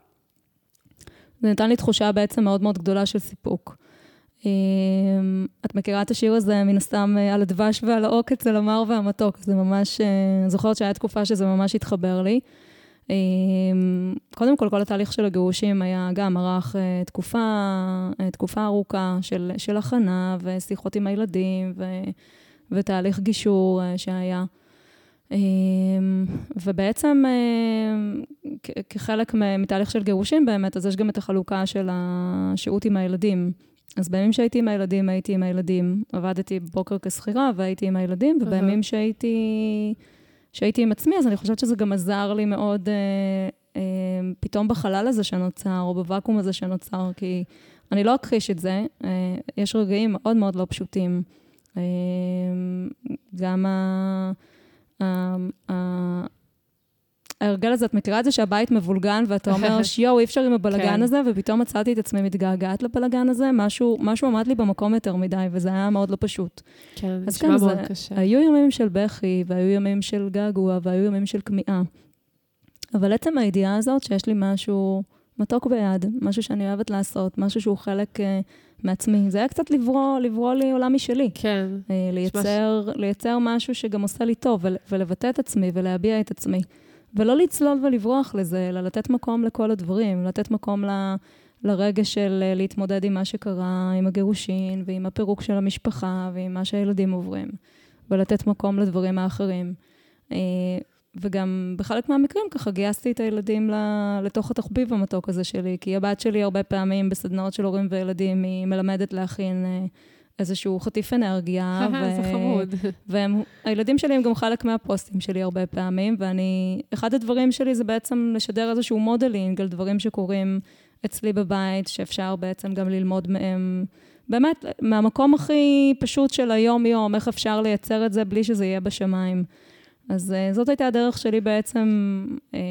זה נתן לי תחושה בעצם מאוד מאוד גדולה של סיפוק. את מכירה את השיר הזה מן הסתם על הדבש ועל העוקץ, על המר והמתוק, זה ממש, זוכרת שהיה תקופה שזה ממש התחבר לי. קודם כל התהליך של הגירושים היה גם ערך תקופה ארוכה של הכנה ושיחות עם הילדים ותהליך גישור שהיה. ובעצם כחלק מתהליך של גירושים באמת, אז יש גם את החלוקה של השהות עם הילדים. אז בימים שהייתי עם הילדים, הייתי עם הילדים. עבדתי בבוקר כשכירה והייתי עם הילדים, ובימים שהייתי עם עצמי, אז אני חושבת שזה גם עזר לי מאוד פתאום בחלל הזה שנוצר, או בוואקום הזה שנוצר, כי אני לא אכחיש את זה. יש רגעים מאוד מאוד לא פשוטים. גם ההרגל הזה, את מכירה את זה שהבית מבולגן, ואתה אומר, שיו, אי אפשר עם הבלגן הזה, ופתאום מצאתי את עצמי מתגעגעת לבלגן הזה, משהו עמד לי במקום יותר מדי, וזה היה מאוד לא פשוט. כן, נשמע מאוד קשה. היו ימים של בכי, והיו ימים של געגוע, והיו ימים של כמיהה. אבל עצם הידיעה הזאת, שיש לי משהו מתוק ביד, משהו שאני אוהבת לעשות, משהו שהוא חלק מעצמי. זה היה קצת לברוא לי עולם משלי. כן. לייצר משהו שגם עושה לי טוב, ולבטא את עצמי, ולהביע את עצמי. ולא לצלול ולברוח לזה, אלא לתת מקום לכל הדברים, לתת מקום לרגע של להתמודד עם מה שקרה, עם הגירושין, ועם הפירוק של המשפחה, ועם מה שהילדים עוברים, ולתת מקום לדברים האחרים. וגם בחלק מהמקרים ככה גייסתי את הילדים לתוך התחביב המתוק הזה שלי, כי הבת שלי הרבה פעמים בסדנאות של הורים וילדים, היא מלמדת להכין איזשהו חטיף אנרגיה. זה חמוד. והילדים שלי הם גם חלק מהפוסטים שלי הרבה פעמים, אחד הדברים שלי זה בעצם לשדר איזשהו מודלינג על דברים שקורים אצלי בבית, שאפשר בעצם גם ללמוד מהם, באמת, מהמקום הכי פשוט של היום-יום, איך אפשר לייצר את זה בלי שזה יהיה בשמיים. אז זאת הייתה הדרך שלי בעצם,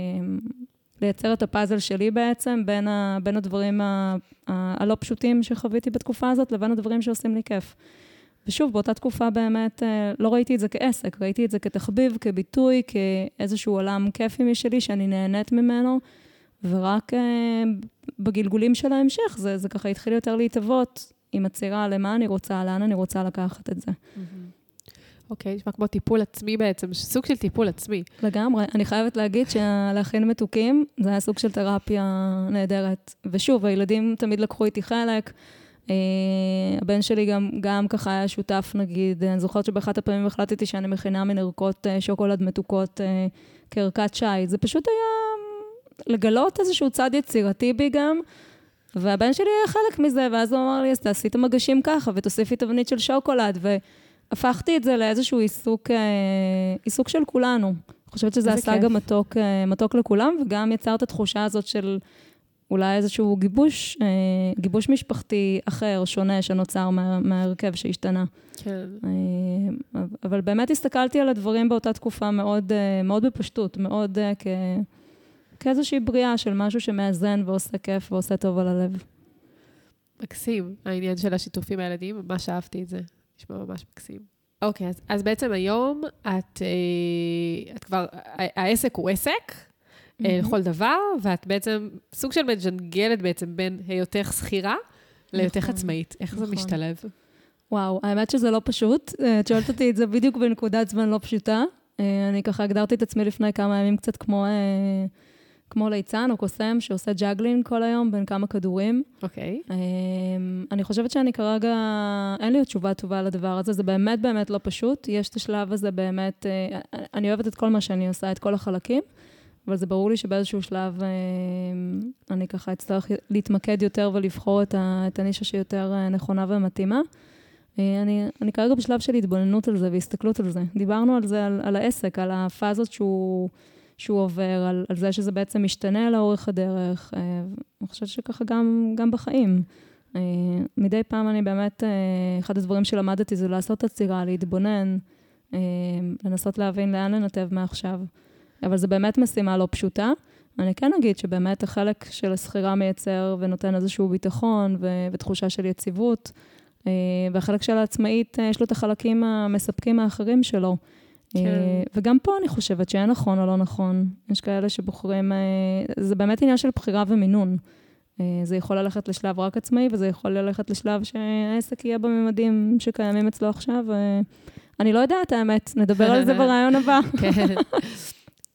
לייצר את הפאזל שלי בעצם, בין הדברים הלא פשוטים שחוויתי בתקופה הזאת, לבין הדברים שעושים לי כיף. ושוב, באותה תקופה באמת, לא ראיתי את זה כעסק, ראיתי את זה כתחביב, כביטוי, כאיזשהו עולם כיפי משלי, שאני נהנית ממנו, ורק בגלגולים של ההמשך, זה ככה התחיל יותר להתאבות עם הצירה למה אני רוצה, לאן אני רוצה לקחת את זה. אוקיי, נשמע כמו טיפול עצמי בעצם, סוג של טיפול עצמי. לגמרי, אני חייבת להגיד שלהכין מתוקים, זה היה סוג של תרפיה נהדרת. ושוב, הילדים תמיד לקחו איתי חלק, הבן שלי גם ככה היה שותף, נגיד, אני זוכרת שבאחת הפעמים החלטתי שאני מכינה מן ערכות שוקולד מתוקות כערכת שי. זה פשוט היה לגלות איזשהו צד יצירתי בי גם, והבן שלי היה חלק מזה, ואז הוא אמר לי, אז תעשי את המגשים ככה, ותוסיפי תבנית של שוקולד, הפכתי את זה לאיזשהו עיסוק של כולנו. אני חושבת שזה עשה גם מתוק לכולם, וגם יצר את התחושה הזאת של אולי איזשהו גיבוש משפחתי אחר, שונה, שנוצר מההרכב שהשתנה. כן. אבל באמת הסתכלתי על הדברים באותה תקופה מאוד, מאוד בפשטות, מאוד כאיזושהי בריאה של משהו שמאזן ועושה כיף ועושה טוב על הלב. מקסים, העניין של השיתופים הילדים, ממש אהבתי את זה. נשמע ממש מקסים. אוקיי, אז בעצם היום את כבר, העסק הוא עסק לכל דבר, ואת בעצם סוג של מג'נגלת בעצם בין היותך שכירה להיותך עצמאית. איך זה משתלב? וואו, האמת שזה לא פשוט. את שואלת אותי את זה בדיוק בנקודת זמן לא פשוטה. אני ככה הגדרתי את עצמי לפני כמה ימים קצת כמו ליצן או קוסם שעושה ג'אגלינג כל היום בין כמה כדורים. אוקיי. אני חושבת שאני כרגע, אין לי תשובה טובה לדבר הזה, זה באמת באמת לא פשוט. יש את השלב הזה באמת, אני אוהבת את כל מה שאני עושה, את כל החלקים, אבל זה ברור לי שבאיזשהו שלב אני ככה אצטרך להתמקד יותר ולבחור את הנישה שיותר נכונה ומתאימה. אני כרגע בשלב של התבוננות על זה והסתכלות על זה. דיברנו על זה, על העסק, על הפאזות שהוא עובר, על זה שזה בעצם משתנה לאורך הדרך. אני חושבת שככה גם בחיים. מדי פעם אני באמת, אחד הדברים שלמדתי זה לעשות את הצירה, להתבונן, לנסות להבין לאן לנתב מעכשיו. אבל זה באמת משימה לא פשוטה. אני כן אגיד שבאמת החלק של הסחירה מייצר ונותן איזשהו ביטחון ותחושה של יציבות, והחלק של העצמאית יש לו את החלקים המספקים האחרים שלו. וגם פה אני חושבת שאין נכון או לא נכון. יש כאלה שבוחרים, זה באמת עניין של בחירה ומינון. זה יכול ללכת לשלב רק עצמאי, וזה יכול ללכת לשלב שהעסק יהיה בממדים שקיימים אצלו עכשיו. אני לא יודעת, האמת, נדבר על זה ברעיון הבא.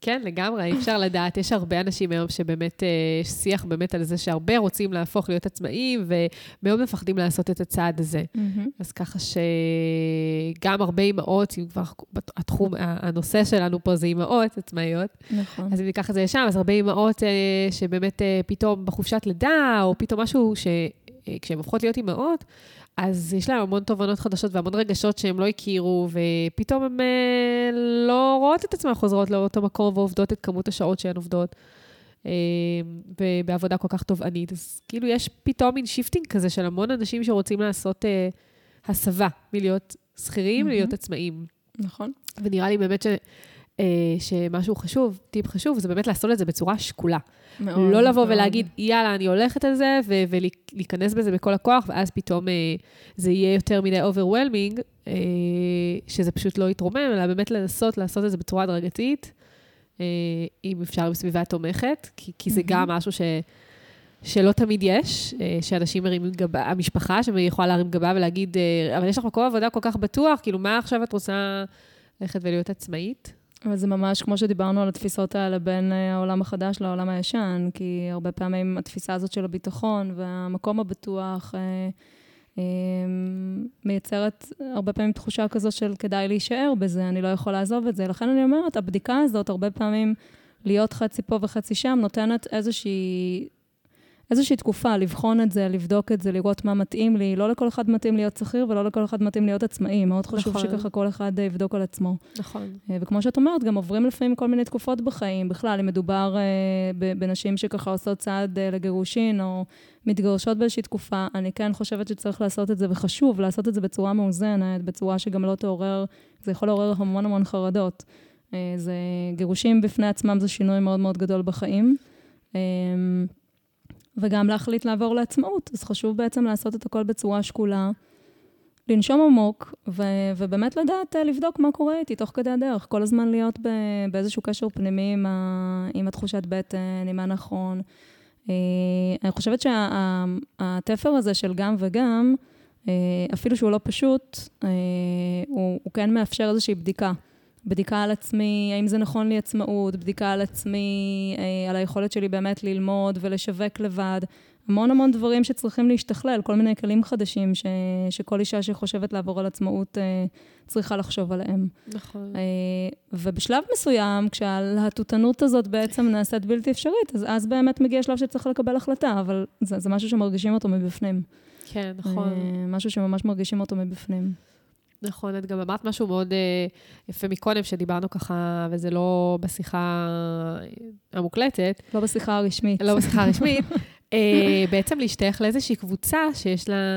כן, לגמרי, אי אפשר לדעת. יש הרבה אנשים היום שבאמת, יש שיח באמת על זה שהרבה רוצים להפוך להיות עצמאים, ומאוד מפחדים לעשות את הצעד הזה. אז ככה שגם הרבה אימהות, אם כבר הנושא שלנו פה זה אימהות עצמאיות, נכון. אז אם ניקח את זה לשם, אז הרבה אימהות שבאמת פתאום בחופשת לידה, או פתאום משהו כשהן הופכות להיות אימהות, אז יש להם המון תובנות חדשות והמון רגשות שהם לא הכירו, ופתאום הן לא רואות את עצמן חוזרות לאותו מקום ועובדות את כמות השעות שהן עובדות, בעבודה כל כך תובענית. אז כאילו יש פתאום מין שיפטינג כזה של המון אנשים שרוצים לעשות הסבה מלהיות שכירים, להיות עצמאים. נכון. ונראה לי באמת שמשהו חשוב, טיפ חשוב, זה באמת לעשות את זה בצורה שקולה. מאוד, לא לבוא ולהגיד, יאללה, אני הולכת על זה, ולהיכנס בזה בכל הכוח, ואז פתאום זה יהיה יותר מדי overwhelming, שזה פשוט לא יתרומם, אלא באמת לנסות לעשות את זה בצורה הדרגתית, אם אפשר בסביבה תומכת, כי זה גם משהו שלא תמיד יש, שאנשים מרימים גבה, המשפחה שיכולה להרים גבה ולהגיד, אבל יש לך מקום עבודה כל כך בטוח, כאילו מה עכשיו את רוצה ללכת ולהיות עצמאית? אבל זה ממש כמו שדיברנו על התפיסות האלה בין העולם החדש לעולם הישן, כי הרבה פעמים התפיסה הזאת של הביטחון והמקום הבטוח מייצרת הרבה פעמים תחושה כזאת של כדאי להישאר בזה, אני לא יכול לעזוב את זה. לכן אני אומרת, הבדיקה הזאת הרבה פעמים להיות חצי פה וחצי שם, נותנת איזושהי תקופה, לבחון את זה, לבדוק את זה, לראות מה מתאים לי. לא לכל אחד מתאים להיות שכיר, ולא לכל אחד מתאים להיות עצמאי. מאוד חשוב שככה כל אחד יבדוק על עצמו. נכון. וכמו שאת אומרת, גם עוברים לפעמים כל מיני תקופות בחיים. בכלל, אם מדובר בנשים שככה עושות צעד לגירושין, או מתגרשות באיזושהי תקופה, אני כן חושבת שצריך לעשות את זה, וחשוב לעשות את זה בצורה מאוזנת, בצורה שגם לא תעורר, זה יכול לעורר המון המון חרדות. זה גירושים בפני עצמם, זה שינוי מאוד מאוד גדול בחיים. וגם להחליט לעבור לעצמאות. אז חשוב בעצם לעשות את הכל בצורה שקולה, לנשום עמוק, ובאמת לדעת לבדוק מה קורה איתי תוך כדי הדרך. כל הזמן להיות באיזשהו קשר פנימי עם התחושת בטן, עם הנכון. אני חושבת שהתפר הזה של גם וגם, אפילו שהוא לא פשוט, הוא כן מאפשר איזושהי בדיקה על עצמי, האם זה נכון לי עצמאות, בדיקה על עצמי, על היכולת שלי באמת ללמוד ולשווק לבד. המון דברים שצריכים להשתכלל, כל מיני כלים חדשים שכל אישה שחושבת לעבור על עצמאות צריכה לחשוב עליהם. נכון. ובשלב מסוים, כשהלהטוטנות הזאת בעצם נעשית בלתי אפשרית, אז באמת מגיע שלב שצריך לקבל החלטה, אבל זה משהו שמרגישים אותו מבפנים. כן, נכון. משהו שממש מרגישים אותו מבפנים. נכון, את גם אמרת משהו מאוד יפה מקודם, שדיברנו ככה, וזה לא בשיחה המוקלטת. לא בשיחה הרשמית. לא בשיחה הרשמית. בעצם להשתייך לאיזושהי קבוצה שיש לה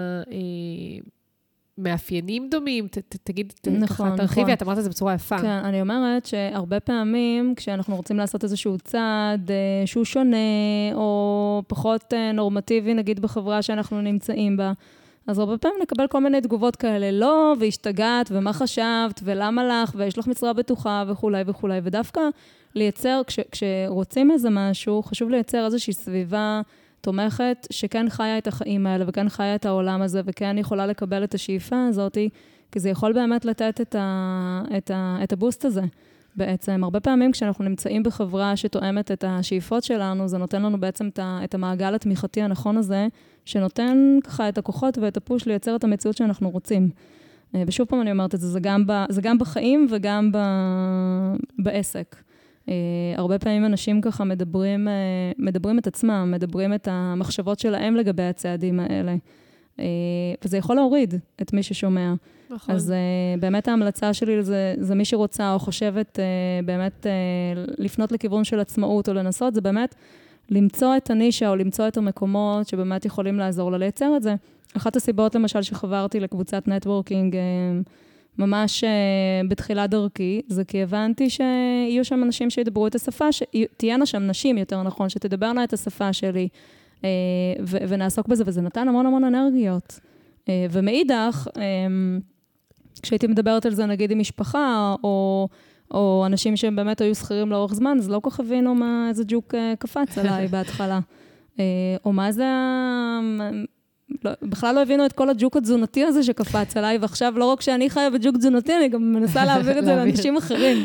מאפיינים דומים. תגיד, תרחיבי, את אמרת את זה בצורה יפה. כן, אני אומרת שהרבה פעמים, כשאנחנו רוצים לעשות איזשהו צעד שהוא שונה, או פחות נורמטיבי, נגיד בחברה שאנחנו נמצאים בה, אז הרבה פעמים נקבל כל מיני תגובות כאלה, לא, והשתגעת, ומה חשבת, ולמה לך, ויש לך משרה בטוחה, וכולי וכולי. ודווקא לייצר, כשרוצים איזה משהו, חשוב לייצר איזושהי סביבה תומכת, שכן חיה את החיים האלה, וכן חיה את העולם הזה, וכן יכולה לקבל את השאיפה הזאת, כי זה יכול באמת לתת את הבוסט הזה. בעצם, הרבה פעמים כשאנחנו נמצאים בחברה שתואמת את השאיפות שלנו, זה נותן לנו בעצם את המעגל התמיכתי הנכון הזה, שנותן ככה את הכוחות ואת הפוש לייצר את המציאות שאנחנו רוצים. ושוב פעם אני אומרת את זה, זה גם בחיים וגם בעסק. הרבה פעמים אנשים ככה מדברים את עצמם, מדברים את המחשבות שלהם לגבי הצעדים האלה. וזה יכול להוריד את מי ששומע. נכון. אז באמת ההמלצה שלי זה מי שרוצה או חושבת באמת לפנות לכיוון של עצמאות או לנסות, זה באמת למצוא את הנישה או למצוא את המקומות שבאמת יכולים לעזור לה לייצר את זה. אחת הסיבות למשל שחברתי לקבוצת נטוורקינג ממש בתחילת דרכי, זה כי הבנתי שיהיו שם אנשים שידברו את השפה, תהיינה שם נשים יותר נכון, שתדברנה את השפה שלי, ונעסוק בזה, וזה נתן המון אנרגיות. ומאידך, כשהייתי מדברת על זה, נגיד עם משפחה, או אנשים שהם באמת היו שכירים לאורך זמן, אז לא כל כך הבינו מה איזה ג'וק קפץ עליי בהתחלה. או מה זה, בכלל לא הבינו את כל הג'וק התזונתי הזה שקפץ עליי, ועכשיו לא רק שאני חיה בג'וק תזונתי, אני גם מנסה להעביר את זה לאנשים אחרים.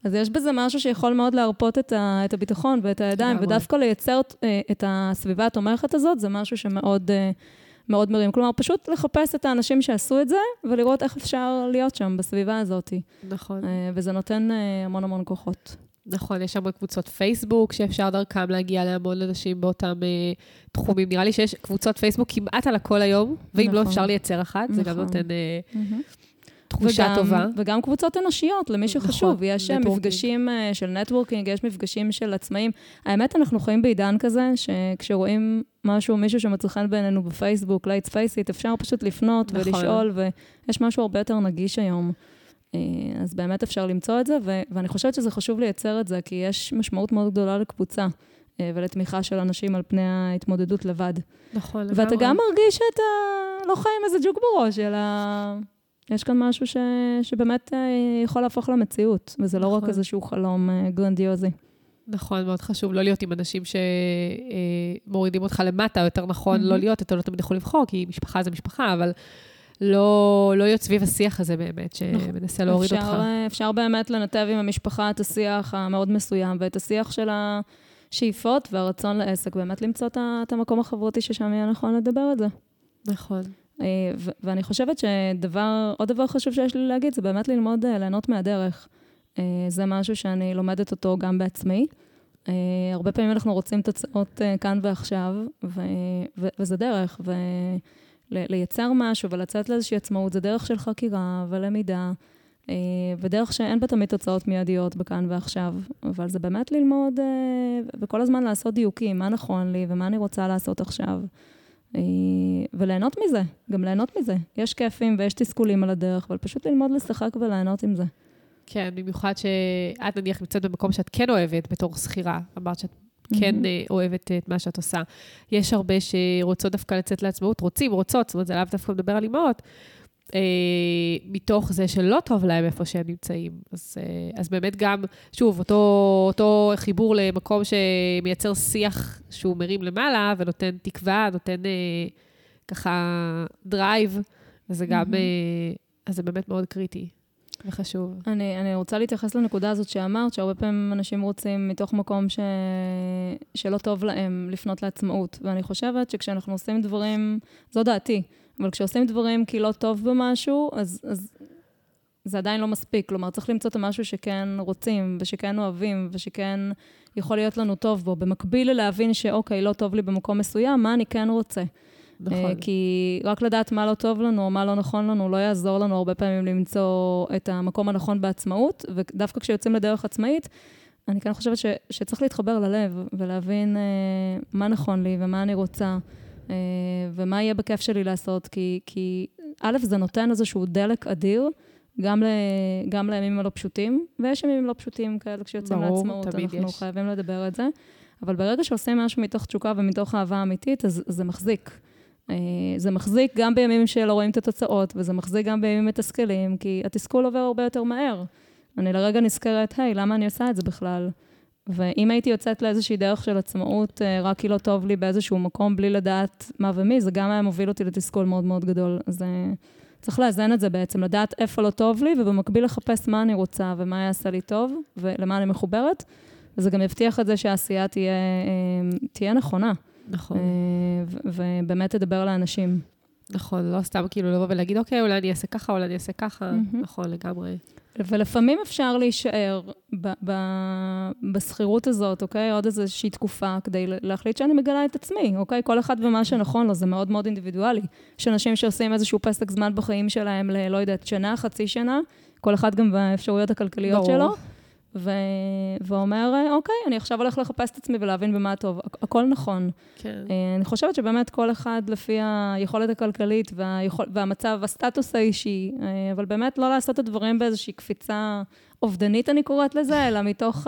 אז יש בזה משהו שיכול מאוד להרפות את הביטחון ואת הידיים, ודווקא לייצר את הסביבה התומכת הזאת, זה משהו שמאוד מאוד מרים. כלומר, פשוט לחפש את האנשים שעשו את זה, ולראות איך אפשר להיות שם בסביבה הזאת. נכון. וזה נותן המון המון כוחות. נכון, יש שם קבוצות פייסבוק, שאפשר דרכם להגיע להמון אנשים באותם תחומים. נראה לי שיש קבוצות פייסבוק כמעט על הכל היום, ואם לא אפשר לייצר אחת, זה גם נותן תחושה טובה. וגם קבוצות אנושיות, למי שחשוב. יש מפגשים של נטוורקינג, יש מפגשים של עצמאים. האמת, אנחנו חיים בעידן כזה, שכשרואים מישהו שמצא חן בעינינו בפייסבוק, let's face it, אפשר פשוט לפנות ולשאול, ויש משהו הרבה יותר נגיש היום. אז באמת אפשר למצוא את זה, ואני חושבת שזה חשוב לייצר את זה, כי יש משמעות מאוד גדולה לקבוצה, ולתמיכה של אנשים על פני ההתמודדות לבד. נכון, ואתה גם מרגיש שאתה לא חי עם איזה ג'וק בראש, אלא יש כאן משהו שבאמת יכול להפוך למציאות, וזה לא רק איזשהו חלום גרנדיוזי. נכון, מאוד חשוב לא להיות עם אנשים שמורידים אותך למטה, יותר נכון לא להיות, אתה לא תמיד יכול לבחור, כי משפחה זה משפחה, אבל לא להיות סביב השיח הזה באמת, שמנסה להוריד אותך. אפשר באמת לנתב עם המשפחה את השיח המאוד מסוים, ואת השיח של השאיפות והרצון לעסק, באמת למצוא את המקום החברותי ששם יהיה נכון לדבר את זה. נכון. ואני חושבת עוד דבר חשוב שיש לי להגיד, זה באמת ללמוד ליהנות מהדרך. זה משהו שאני לומדת אותו גם בעצמי. הרבה פעמים אנחנו רוצים תוצאות כאן ועכשיו, וזה דרך, לייצר משהו ולצאת לאיזושהי עצמאות, זה דרך של חקירה ולמידה, ודרך שאין בה תמיד תוצאות מיידיות בכאן ועכשיו, אבל זה באמת ללמוד וכל הזמן לעשות דיוקים, מה נכון לי ומה אני רוצה לעשות עכשיו, וליהנות מזה, גם ליהנות מזה. יש כיפים ויש תסכולים על הדרך, אבל פשוט ללמוד לשחק וליהנות עם זה. כן, במיוחד שאת נניח נמצאת במקום שאת כן אוהבת בתור שכירה, אמרת שאת כן אוהבת את מה שאת עושה. יש הרבה שרוצות דווקא לצאת לעצמאות, רוצות, זאת אומרת, זה לאו דווקא מדבר על אימהות, מתוך זה שלא טוב להם איפה שהם נמצאים. אז באמת גם, שוב, אותו חיבור למקום שמייצר שיח שהוא מרים למעלה, ונותן תקווה, נותן ככה דרייב, אז זה גם, אז זה באמת מאוד קריטי. וחשוב. אני רוצה להתייחס לנקודה הזאת שאמרת, שהרבה פעמים אנשים רוצים מתוך מקום שלא טוב להם לפנות לעצמאות. ואני חושבת שכשאנחנו עושים דברים, זו דעתי, אבל כשעושים דברים כי לא טוב במשהו, אז זה עדיין לא מספיק. כלומר, צריך למצוא את המשהו שכן רוצים, ושכן אוהבים, ושכן יכול להיות לנו טוב בו. במקביל להבין שאוקיי, לא טוב לי במקום מסוים, מה אני כן רוצה? נכון. כי רק לדעת מה לא טוב לנו או מה לא נכון לנו, לא יעזור לנו הרבה פעמים למצוא את המקום הנכון בעצמאות, ודווקא כשיוצאים לדרך עצמאית, אני כן חושבת שצריך להתחבר ללב, ולהבין מה נכון לי ומה אני רוצה, ומה יהיה בכיף שלי לעשות, כי א', זה נותן איזשהו דלק אדיר, גם לימים הלא פשוטים, ויש ימים לא פשוטים כאלה כשיוצאים לעצמאות, אנחנו חייבים לדבר את זה, אבל ברגע שעושים משהו מתוך תשוקה ומתוך אהבה אמיתית, אז זה מחזיק. זה מחזיק גם בימים שלא רואים את התוצאות, וזה מחזיק גם בימים מתסכלים, כי התסכול עובר הרבה יותר מהר. אני לרגע נזכרת, היי, למה אני עושה את זה בכלל? ואם הייתי יוצאת לאיזושהי דרך של עצמאות, רק כי לא טוב לי באיזשהו מקום, בלי לדעת מה ומי, זה גם היה מוביל אותי לתסכול מאוד מאוד גדול. אז צריך לאזן את זה בעצם, לדעת איפה לא טוב לי, ובמקביל לחפש מה אני רוצה, ומה יעשה לי טוב, ולמה אני מחוברת. וזה גם יבטיח את זה שהעשייה תהיה נכונה. נכון. ובאמת תדבר לאנשים. נכון, לא סתם כאילו לבוא ולהגיד, אוקיי, אולי אני אעשה ככה, אולי אני אעשה ככה. נכון, לגמרי. ולפעמים אפשר להישאר בסחירות הזאת, אוקיי? עוד איזושהי תקופה כדי להחליט שאני מגלה את עצמי, אוקיי? כל אחד ומה שנכון לו, זה מאוד מאוד אינדיבידואלי. יש אנשים שעושים איזשהו פסק זמן בחיים שלהם לא יודעת, שנה, חצי שנה, כל אחד גם באפשרויות הכלכליות שלו. ואומר, אוקיי, אני עכשיו הולך לחפש את עצמי ולהבין במה טוב. הכל נכון. כן. אני חושבת שבאמת כל אחד לפי היכולת הכלכלית והמצב, הסטטוס האישי, אבל באמת לא לעשות את הדברים באיזושהי קפיצה אובדנית, אני קוראת לזה, אלא מתוך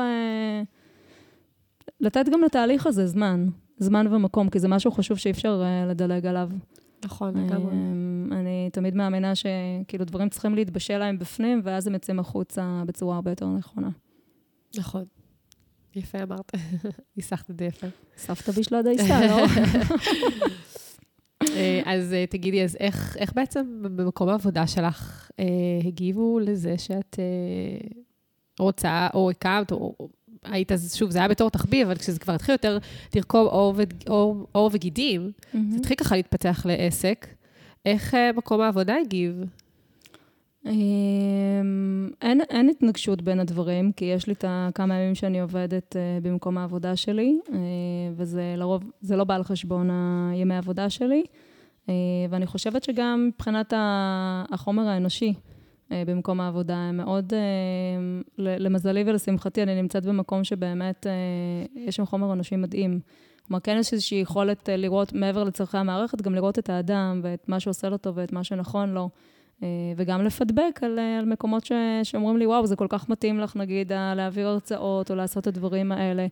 לתת גם לתהליך הזה זמן ומקום, כי זה משהו חשוב שאי אפשר לדלג עליו. נכון, לגמרי. אני תמיד מאמינה שכאילו דברים צריכים להתבשל להם בפנים, ואז הם יוצאים החוצה בצורה הרבה יותר נכונה. נכון. יפה אמרת. ניסחת את זה יפה. סבתא בישלה דייסה, לא? אז תגידי, אז איך בעצם במקום העבודה שלך הגיבו לזה שאת רוצה, או הקמת, או היית, שוב, זה היה בתור תחביב, אבל כשזה כבר התחיל יותר לרקום עור וגידים, זה התחיל ככה להתפתח לעסק. איך מקום העבודה הגיב? אין התנגשות בין הדברים, כי יש לי את כמה ימים שאני עובדת במקום העבודה שלי, וזה לרוב, זה לא בא על חשבון הימי העבודה שלי, ואני חושבת שגם מבחינת החומר האנושי במקום העבודה, מאוד, למזלי ולשמחתי, אני נמצאת במקום שבאמת יש שם חומר אנושי מדהים. כלומר, כן יש איזושהי יכולת לראות מעבר לצרכי המערכת, גם לראות את האדם ואת מה שעושה לו טוב ואת מה שנכון לו, וגם לפדבק על מקומות שאומרים לי, וואו, זה כל כך מתאים לך, נגיד, להעביר הרצאות או לעשות את הדברים האלה.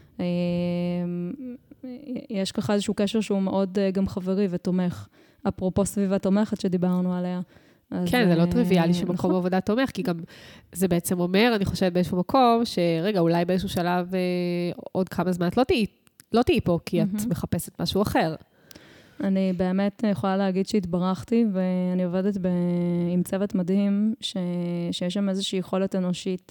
יש ככה איזשהו קשר שהוא מאוד גם חברי ותומך, אפרופו סביבה תומכת שדיברנו עליה. כן, זה לא טריוויאלי שמקום עבודה תומך, כי גם זה בעצם אומר, אני חושבת באיזשהו מקום, שרגע, אולי באיזשהו שלב עוד כמה זמן את לא תהיי פה, כי את מחפשת משהו אחר. אני באמת יכולה להגיד שהתברכתי, ואני עובדת עם צוות מדהים, שיש שם איזושהי יכולת אנושית,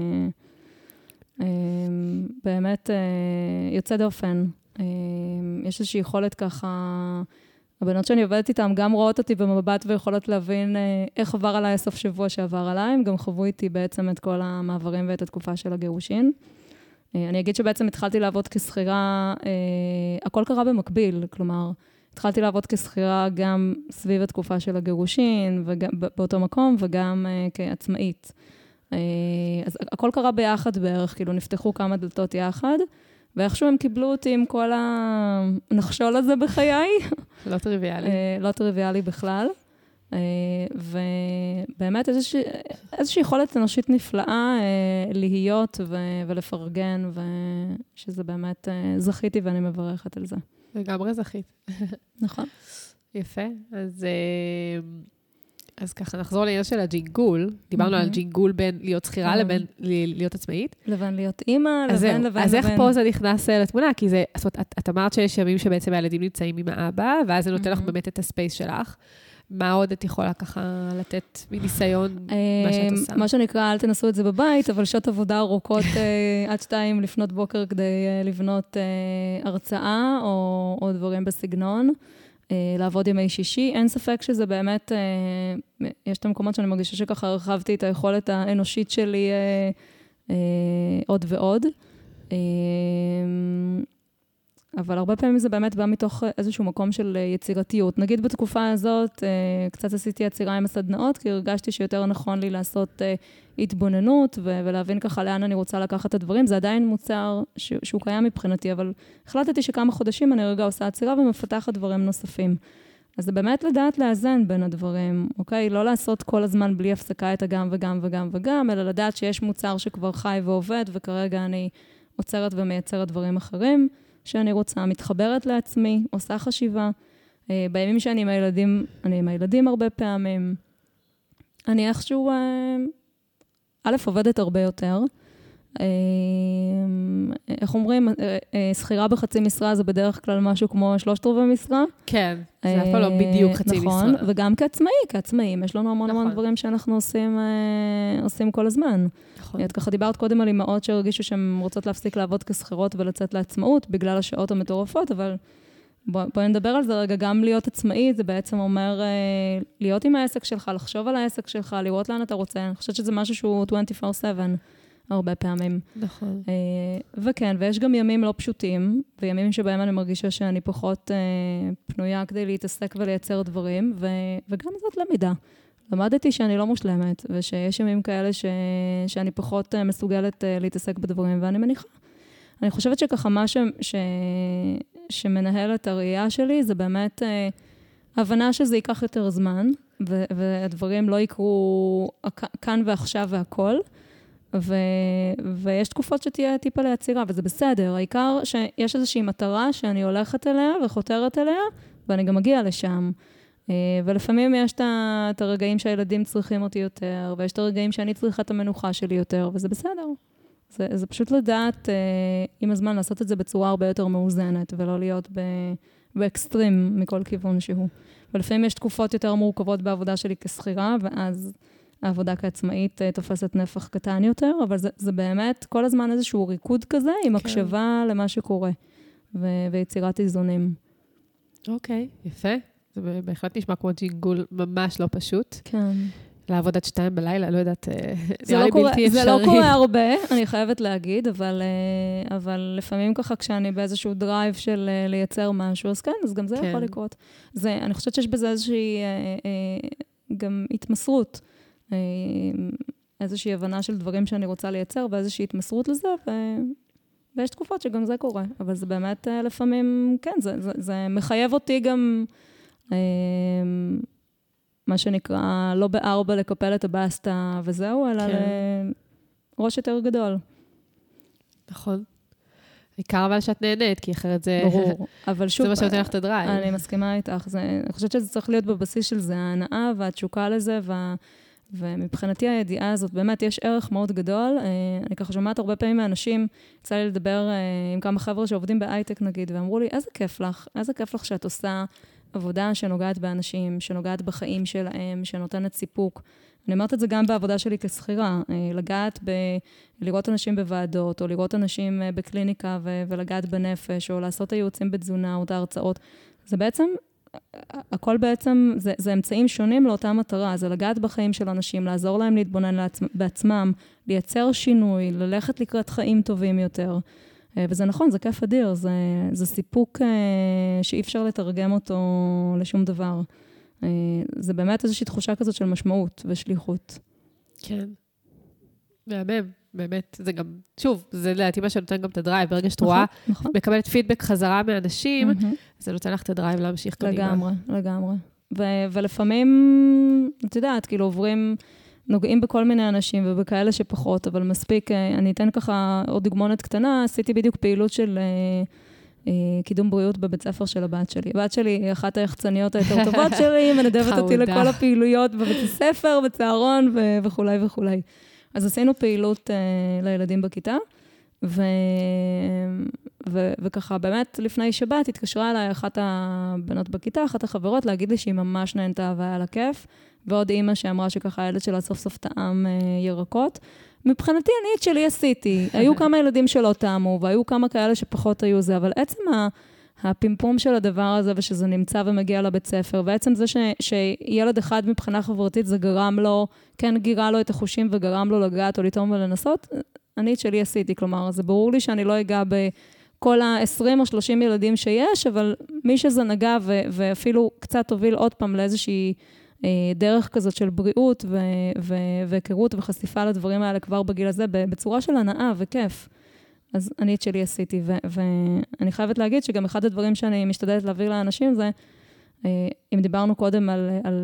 באמת יוצא דופן. יש איזושהי יכולת ככה, הבנות שאני עובדת איתן גם רואות אותי במבט ויכולות להבין איך עבר עליי הסוף שבוע שעבר עליי, הם גם חוו איתי בעצם את כל המעברים ואת התקופה של הגירושין. אני אגיד שבעצם התחלתי לעבוד כשכירה, הכל קרה במקביל, כלומר, התחלתי לעבוד כשכירה גם סביב התקופה של הגירושין, באותו מקום, וגם כעצמאית. אז הכל קרה ביחד בערך, כאילו נפתחו כמה דלתות יחד, ואיכשהו הם קיבלו אותי עם כל הנחשול הזה בחיי. לא טריוויאלי. לא טריוויאלי בכלל. ובאמת איזושהי יכולת אנושית נפלאה להיות ולפרגן, ושזה באמת זכיתי ואני מברכת על זה. לגמרי זכית. נכון. יפה. אז ככה, נחזור לעניין של הג'ינגול. דיברנו על ג'ינגול בין להיות שכירה לבין להיות עצמאית. לבין להיות אימא, לבין. אז איך פה זה נכנס לתמונה? כי זה, זאת אומרת, את אמרת שיש ימים שבעצם הילדים נמצאים עם האבא, ואז זה נותן לך באמת את הספייס שלך. מה עוד את יכולה ככה לתת מניסיון מה שאת עושה? מה שנקרא, אל תנסו את זה בבית, אבל שעות עבודה ארוכות עד 2 לפנות בוקר כדי לבנות הרצאה או דברים בסגנון. לעבוד ימי שישי. אין ספק שזה באמת, יש את המקומות שאני מרגישה שככה הרחבתי את היכולת האנושית שלי עוד ועוד. אבל הרבה פעמים זה באמת בא מתוך איזשהו מקום של יצירתיות. נגיד בתקופה הזאת, קצת עשיתי יצירה עם הסדנאות, כי הרגשתי שיותר נכון לי לעשות התבוננות, ולהבין ככה לאן אני רוצה לקחת את הדברים. זה עדיין מוצר שהוא קיים מבחינתי, אבל החלטתי שכמה חודשים אני רגע עושה יצירה ומפתחת דברים נוספים. אז זה באמת לדעת לאזן בין הדברים, אוקיי? לא לעשות כל הזמן בלי הפסקה את הגם וגם וגם וגם, אלא לדעת שיש מוצר שכבר חי ועובד, וכרגע אני עוצרת ומייצרת דברים אחרים. שאני רוצה, מתחברת לעצמי, עושה חשיבה. בימים שאני עם הילדים הרבה פעמים. אני איכשהו, עובדת הרבה יותר. איך אומרים, שכירה בחצי משרה זה בדרך כלל משהו כמו 3/4 משרה. כן, זה אף פעם לא בדיוק חצי משרה. נכון, וגם כעצמאים, יש לנו המון דברים שאנחנו עושים כל הזמן. את ככה דיברת קודם על אמהות שהרגישו שהן רוצות להפסיק לעבוד כשכירות ולצאת לעצמאות בגלל השעות המטורפות, אבל בואי נדבר על זה רגע, גם להיות עצמאי, זה בעצם אומר להיות עם העסק שלך, לחשוב על העסק שלך, לראות לאן אתה רוצה. אני חושבת שזה משהו שהוא 24/7 הרבה פעמים. נכון. וכן, ויש גם ימים לא פשוטים, וימים שבהם אני מרגישה שאני פחות פנויה כדי להתעסק ולייצר דברים, וגם זאת למידה. למדתי שאני לא מושלמת, ושיש ימים כאלה שאני פחות מסוגלת להתעסק בדברים, ואני מניחה. אני חושבת שככה מה שמנהל את הראייה שלי, זה באמת הבנה שזה ייקח יותר זמן, והדברים לא יקרו כאן ועכשיו והכל, ויש תקופות שתהיה טיפה ליצירה, וזה בסדר. העיקר שיש איזושהי מטרה שאני הולכת אליה וחותרת אליה, ואני גם מגיעה לשם. ולפעמים יש את הרגעים שהילדים צריכים אותי יותר, ויש את הרגעים שאני צריכה את המנוחה שלי יותר, וזה בסדר. זה פשוט לדעת עם הזמן לעשות את זה בצורה הרבה יותר מאוזנת, ולא להיות באקסטרים מכל כיוון שהוא. ולפעמים יש תקופות יותר מורכבות בעבודה שלי כשכירה, ואז העבודה כעצמאית תופסת נפח קטן יותר, אבל זה באמת כל הזמן איזשהו ריקוד כזה, עם הקשבה למה שקורה, ויצירת איזונים. אוקיי, יפה. זה בהחלט נשמע כמו ג'ינגול ממש לא פשוט. כן. לעבוד עד 2 בלילה, לא יודעת, נראה לי בלתי אפשרי. זה לא קורה הרבה, אני חייבת להגיד, אבל לפעמים ככה, כשאני באיזשהו דרייב של לייצר משהו, אז כן, אז גם זה יכול לקרות. אני חושבת שיש בזה איזושהי גם התמסרות, איזושהי הבנה של דברים שאני רוצה לייצר, ואיזושהי התמסרות לזה, ויש תקופות שגם זה קורה, אבל זה באמת לפעמים, כן, זה מחייב אותי גם, מה שנקרא, לא ב4 לקפל את הבאסטה וזהו, אלא לראש יותר גדול. נכון. עיקר אבל שאת נהנית, כי אחרת זה... ברור, אבל שוב... זה מה שנותן לך את הדרייב. אני מסכימה איתך. אני חושבת שזה צריך להיות בבסיס של זה, ההנאה והתשוקה לזה, ומבחינתי הידיעה הזאת, באמת יש ערך מאוד גדול. אני ככה שומעת הרבה פעמים מאנשים, יצא לי לדבר עם כמה חבר'ה שעובדים בהייטק נגיד, ואמרו לי, איזה כיף לך שאת עושה עבודה שנוגעת באנשים, שנוגעת בחיים שלהם, שנותנת סיפוק. אני אומרת את זה גם בעבודה שלי כשכירה, לגעת לראות אנשים בוועדות, או לראות אנשים בקליניקה ולגעת בנפש, או לעשות הייעוצים בתזונה, או את ההרצאות. זה בעצם, הכל בעצם, זה אמצעים שונים לאותה מטרה, זה לגעת בחיים של אנשים, לעזור להם להתבונן בעצמם, לייצר שינוי, ללכת לקראת חיים טובים יותר. וזה נכון, זה כיף אדיר, זה סיפוק שאי אפשר לתרגם אותו לשום דבר. זה באמת איזושהי תחושה כזאת של משמעות ושליחות. כן. מהמם, באמת. זה גם, שוב, זה לדעתי מה שנותן גם את הדרייב. ברגע שאת רואה, מקבלת פידבק חזרה מאנשים, זה נותן לך את הדרייב להמשיך קדימה. לגמרי. ולפעמים, את יודעת, כאילו נוגעים בכל מיני אנשים ובכאלה שפחות, אבל מספיק, אני אתן ככה עוד דוגמונת קטנה, עשיתי בדיוק פעילות של קידום בריאות בבית ספר של הבת שלי. הבת שלי היא אחת היחצניות היותר טובות שלי, מנדבת אותי לכל הפעילויות בבית הספר, בצהרון וכו' וכו'. אז עשינו פעילות לילדים בכיתה, וככה באמת לפני שבת התקשרה אליי אחת הבנות בכיתה, אחת החברות, להגיד לי שהיא ממש נהנתה והיה לה כיף, ועוד אימא שאמרה שככה הילד שלה סוף סוף טעם ירקות. מבחינתי אני את שלי עשיתי. היו כמה ילדים שלא טעמו, והיו כמה כאלה שפחות היו זה, אבל עצם הפימפום של הדבר הזה, ושזה נמצא ומגיע לבית ספר, ועצם זה שילד אחד מבחינה חברתית, זה גרם לו, כן גירה לו את החושים וגרם לו לגעת או לטעום ולנסות, אני את שלי עשיתי. כלומר, זה ברור לי שאני לא אגע בכל ה-20 או 30 ילדים שיש, אבל מי שזה נגע ואפילו קצת הוביל עוד פעם לאיזושהי דרך כזאת של בריאות והיכרות וחשיפה לדברים האלה כבר בגיל הזה, בצורה של הנאה וכיף. אז אני את שלי עשיתי, ואני חייבת להגיד שגם אחד הדברים שאני משתדלת להעביר לאנשים זה, אם דיברנו קודם על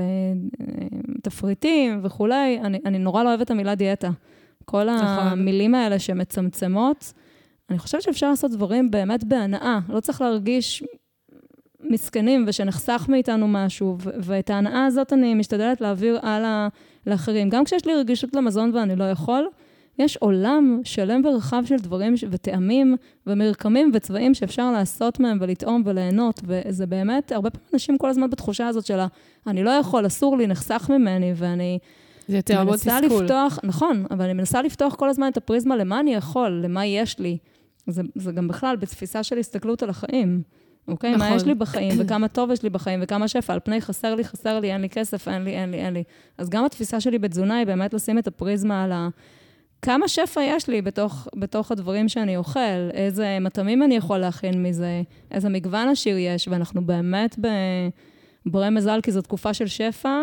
תפריטים וכולי, אני נורא לא אוהבת את המילה דיאטה. כל המילים האלה שמצמצמות, אני חושבת שאפשר לעשות דברים באמת בהנאה, לא צריך להרגיש מסכנים ושנחסך מאיתנו משהו, ואת ההנאה הזאת אני משתדלת להעביר הלאה לאחרים. גם כשיש לי רגישות למזון ואני לא יכול, יש עולם שלם ורחב של דברים וטעמים ומרקמים וצבעים שאפשר לעשות מהם ולטעום וליהנות, וזה באמת, הרבה פעמים אנשים כל הזמן בתחושה הזאת שלה, אני לא יכול, אסור לי, נחסך ממני, ואני זה יותר מאוד תסכול. נכון, אבל אני מנסה לפתוח כל הזמן את הפריזמה למה אני יכול, למה יש לי. זה גם בכלל בתפיסה של הסתכלות על החיים. אוקיי? נכון. מה יש לי בחיים, וכמה טוב יש לי בחיים, וכמה שפע, על פני חסר לי, אין לי כסף, אין לי. אז גם התפיסה שלי בתזונה היא באמת לשים את הפריזמה על כמה שפע יש לי בתוך הדברים שאני אוכל, איזה מטעמים אני יכול להכין מזה, איזה מגוון עשיר יש, ואנחנו באמת בברי מזל, כי זו תקופה של שפע.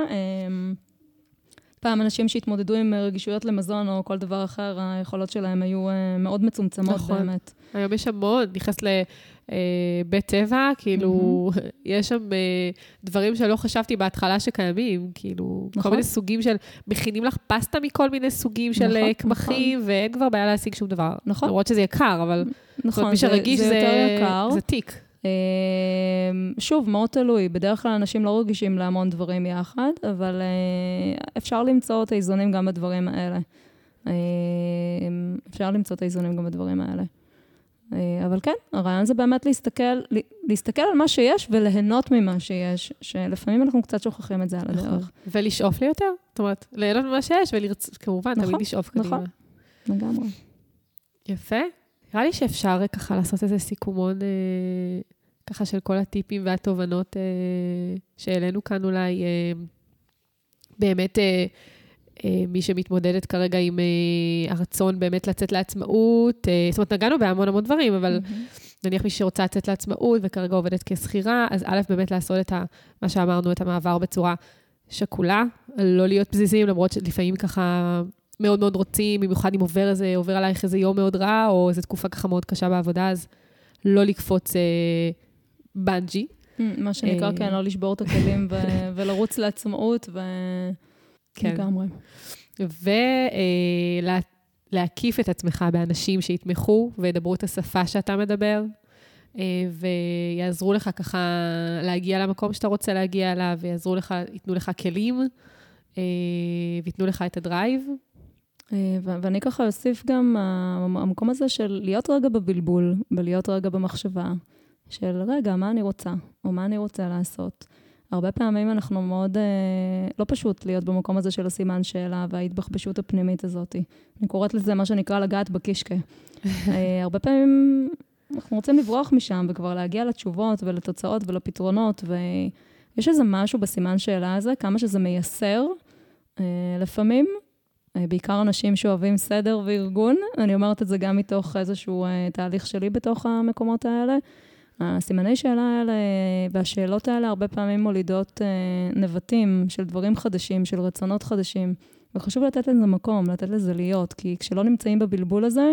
פעם אנשים שהתמודדו עם רגישויות למזון או כל דבר אחר, היכולות שלהם היו מאוד מצומצמות באמת. היום יש המון, נכנס לבית טבע, כאילו, יש שם דברים שלא חשבתי בהתחלה שקיימים, כאילו, כל מיני סוגים של, מכינים לך פסטה מכל מיני סוגים של קמחים, ואין כבר בעיה להשיג שום דבר. נכון. למרות שזה יקר, אבל מי שרגיש זה תיק. שוב, מאוד תלוי. בדרך כלל אנשים לא רגישים להמון דברים יחד, אבל אפשר למצוא את האיזונים גם בדברים האלה. אבל כן, הרעיון זה באמת להסתכל על מה שיש וליהנות ממה שיש, שלפעמים אנחנו קצת שוכחים את זה על הדרך. ולשאוף לי יותר. זאת אומרת, ליהנות ממה שיש, וכמובן, תמיד לשאוף קדימה. נכון, לגמרי. יפה. נראה לי שאפשר ככה לעשות איזה סיכומון ככה של כל הטיפים והתובנות שהעלינו כאן אולי. באמת, מי שמתמודדת כרגע עם הרצון באמת לצאת לעצמאות, זאת אומרת, נגענו בהמון המון דברים, אבל נניח מי שרוצה לצאת לעצמאות וכרגע עובדת כשכירה, אז א', באמת לעשות את מה שאמרנו, את המעבר בצורה שקולה, לא להיות פזיזים, למרות שלפעמים ככה מאוד מאוד רוצים, במיוחד אם עובר עלייך איזה יום מאוד רע, או איזו תקופה ככה מאוד קשה בעבודה, אז לא לקפוץ בנג'י. מה שנקרא, כן, לא לשבור את הכלים ולרוץ לעצמאות לגמרי. ולהקיף את עצמך באנשים שיתמכו וידברו את השפה שאתה מדבר, ויעזרו לך ככה להגיע למקום שאתה רוצה להגיע אליו, ויעזרו לך, ייתנו לך כלים, ויתנו לך את הדרייב. ואני ככה אוסיף גם המקום הזה של להיות רגע בבלבול, ולהיות רגע במחשבה, של רגע, מה אני רוצה, או מה אני רוצה לעשות. הרבה פעמים אנחנו מאוד, לא פשוט להיות במקום הזה של הסימן שאלה, וההתבחבשות הפנימית הזאת. אני קוראת לזה מה שנקרא לגעת בקישקה. הרבה פעמים אנחנו רוצים לברוח משם, וכבר להגיע לתשובות ולתוצאות ולפתרונות, ויש איזה משהו בסימן שאלה הזה, כמה שזה מייסר, לפעמים, בעיקר אנשים שאוהבים סדר וארגון, אני אומרת את זה גם מתוך איזשהו תהליך שלי בתוך המקומות האלה, הסימני שאלה האלה והשאלות האלה הרבה פעמים מולידות נבטים של דברים חדשים, של רצונות חדשים, וחשוב לתת לזה מקום, לתת לזה להיות, כי כשלא נמצאים בבלבול הזה,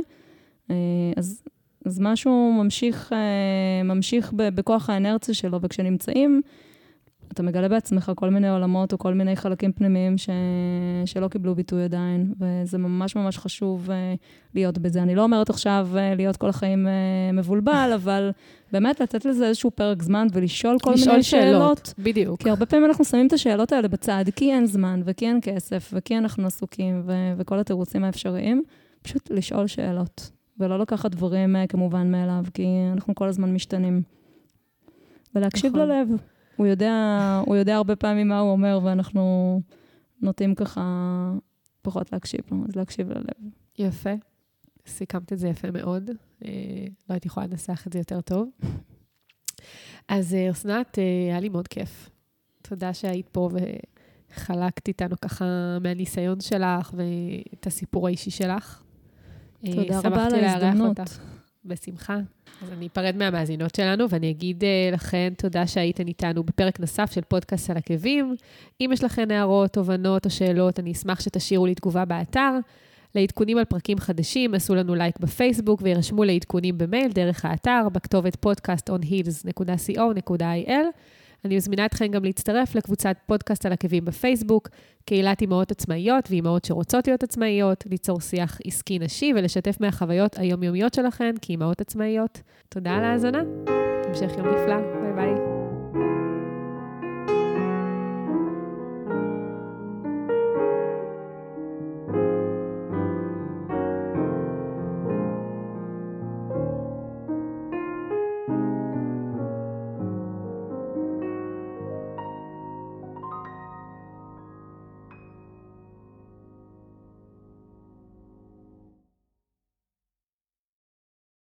אז משהו ממשיך בכוח האנרציה שלו, וכשנמצאים, אתה מגלה בעצמך כל מיני עולמות או כל מיני חלקים פנימיים שלא קיבלו ביטוי עדיין, וזה ממש ממש חשוב להיות בזה. אני לא אומרת עכשיו להיות כל החיים מבולבל, אבל באמת לתת לזה איזשהו פרק זמן ולשאול כל מיני שאלות. בדיוק. כי הרבה פעמים אנחנו שמים את השאלות האלה בצד, כי אין זמן וכי אין כסף וכי אנחנו עסוקים וכל התירוצים האפשריים. פשוט לשאול שאלות, ולא לקחת דברים כמובן מאליו, כי אנחנו כל הזמן משתנים. ולהקשיב ללב. הוא יודע הרבה פעמים מה הוא אומר, ואנחנו נוטים ככה פחות להקשיב לו, אז להקשיב ללב. יפה. סיכמת את זה יפה מאוד. לא הייתי יכולה לנסח את זה יותר טוב. אז אסנת, היה לי מאוד כיף. תודה שהיית פה וחלקת איתנו ככה מהניסיון שלך ואת הסיפור האישי שלך. תודה רבה על ההזדמנות. בשמחה. אז אני אפרד מהמאזינות שלנו, ואני אגיד לכן תודה שהייתן איתנו בפרק נוסף של פודקאסט על עקבים. אם יש לכן הערות, תובנות או שאלות, אני אשמח שתשאירו לי תגובה באתר. לעדכונים על פרקים חדשים, עשו לנו לייק בפייסבוק, וירשמו לעדכונים במייל דרך האתר, בכתובת podcastonheels.co.il. אני מזמינה אתכם גם להצטרף לקבוצת פודקאסט על עקבים בפייסבוק, קהילת אימהות עצמאיות ואימהות שרוצות להיות עצמאיות, ליצור שיח עסקי נשי ולשתף מהחוויות היומיומיות שלכן כאימהות עצמאיות. תודה על ההאזנה. המשך יום נפלא. ביי ביי.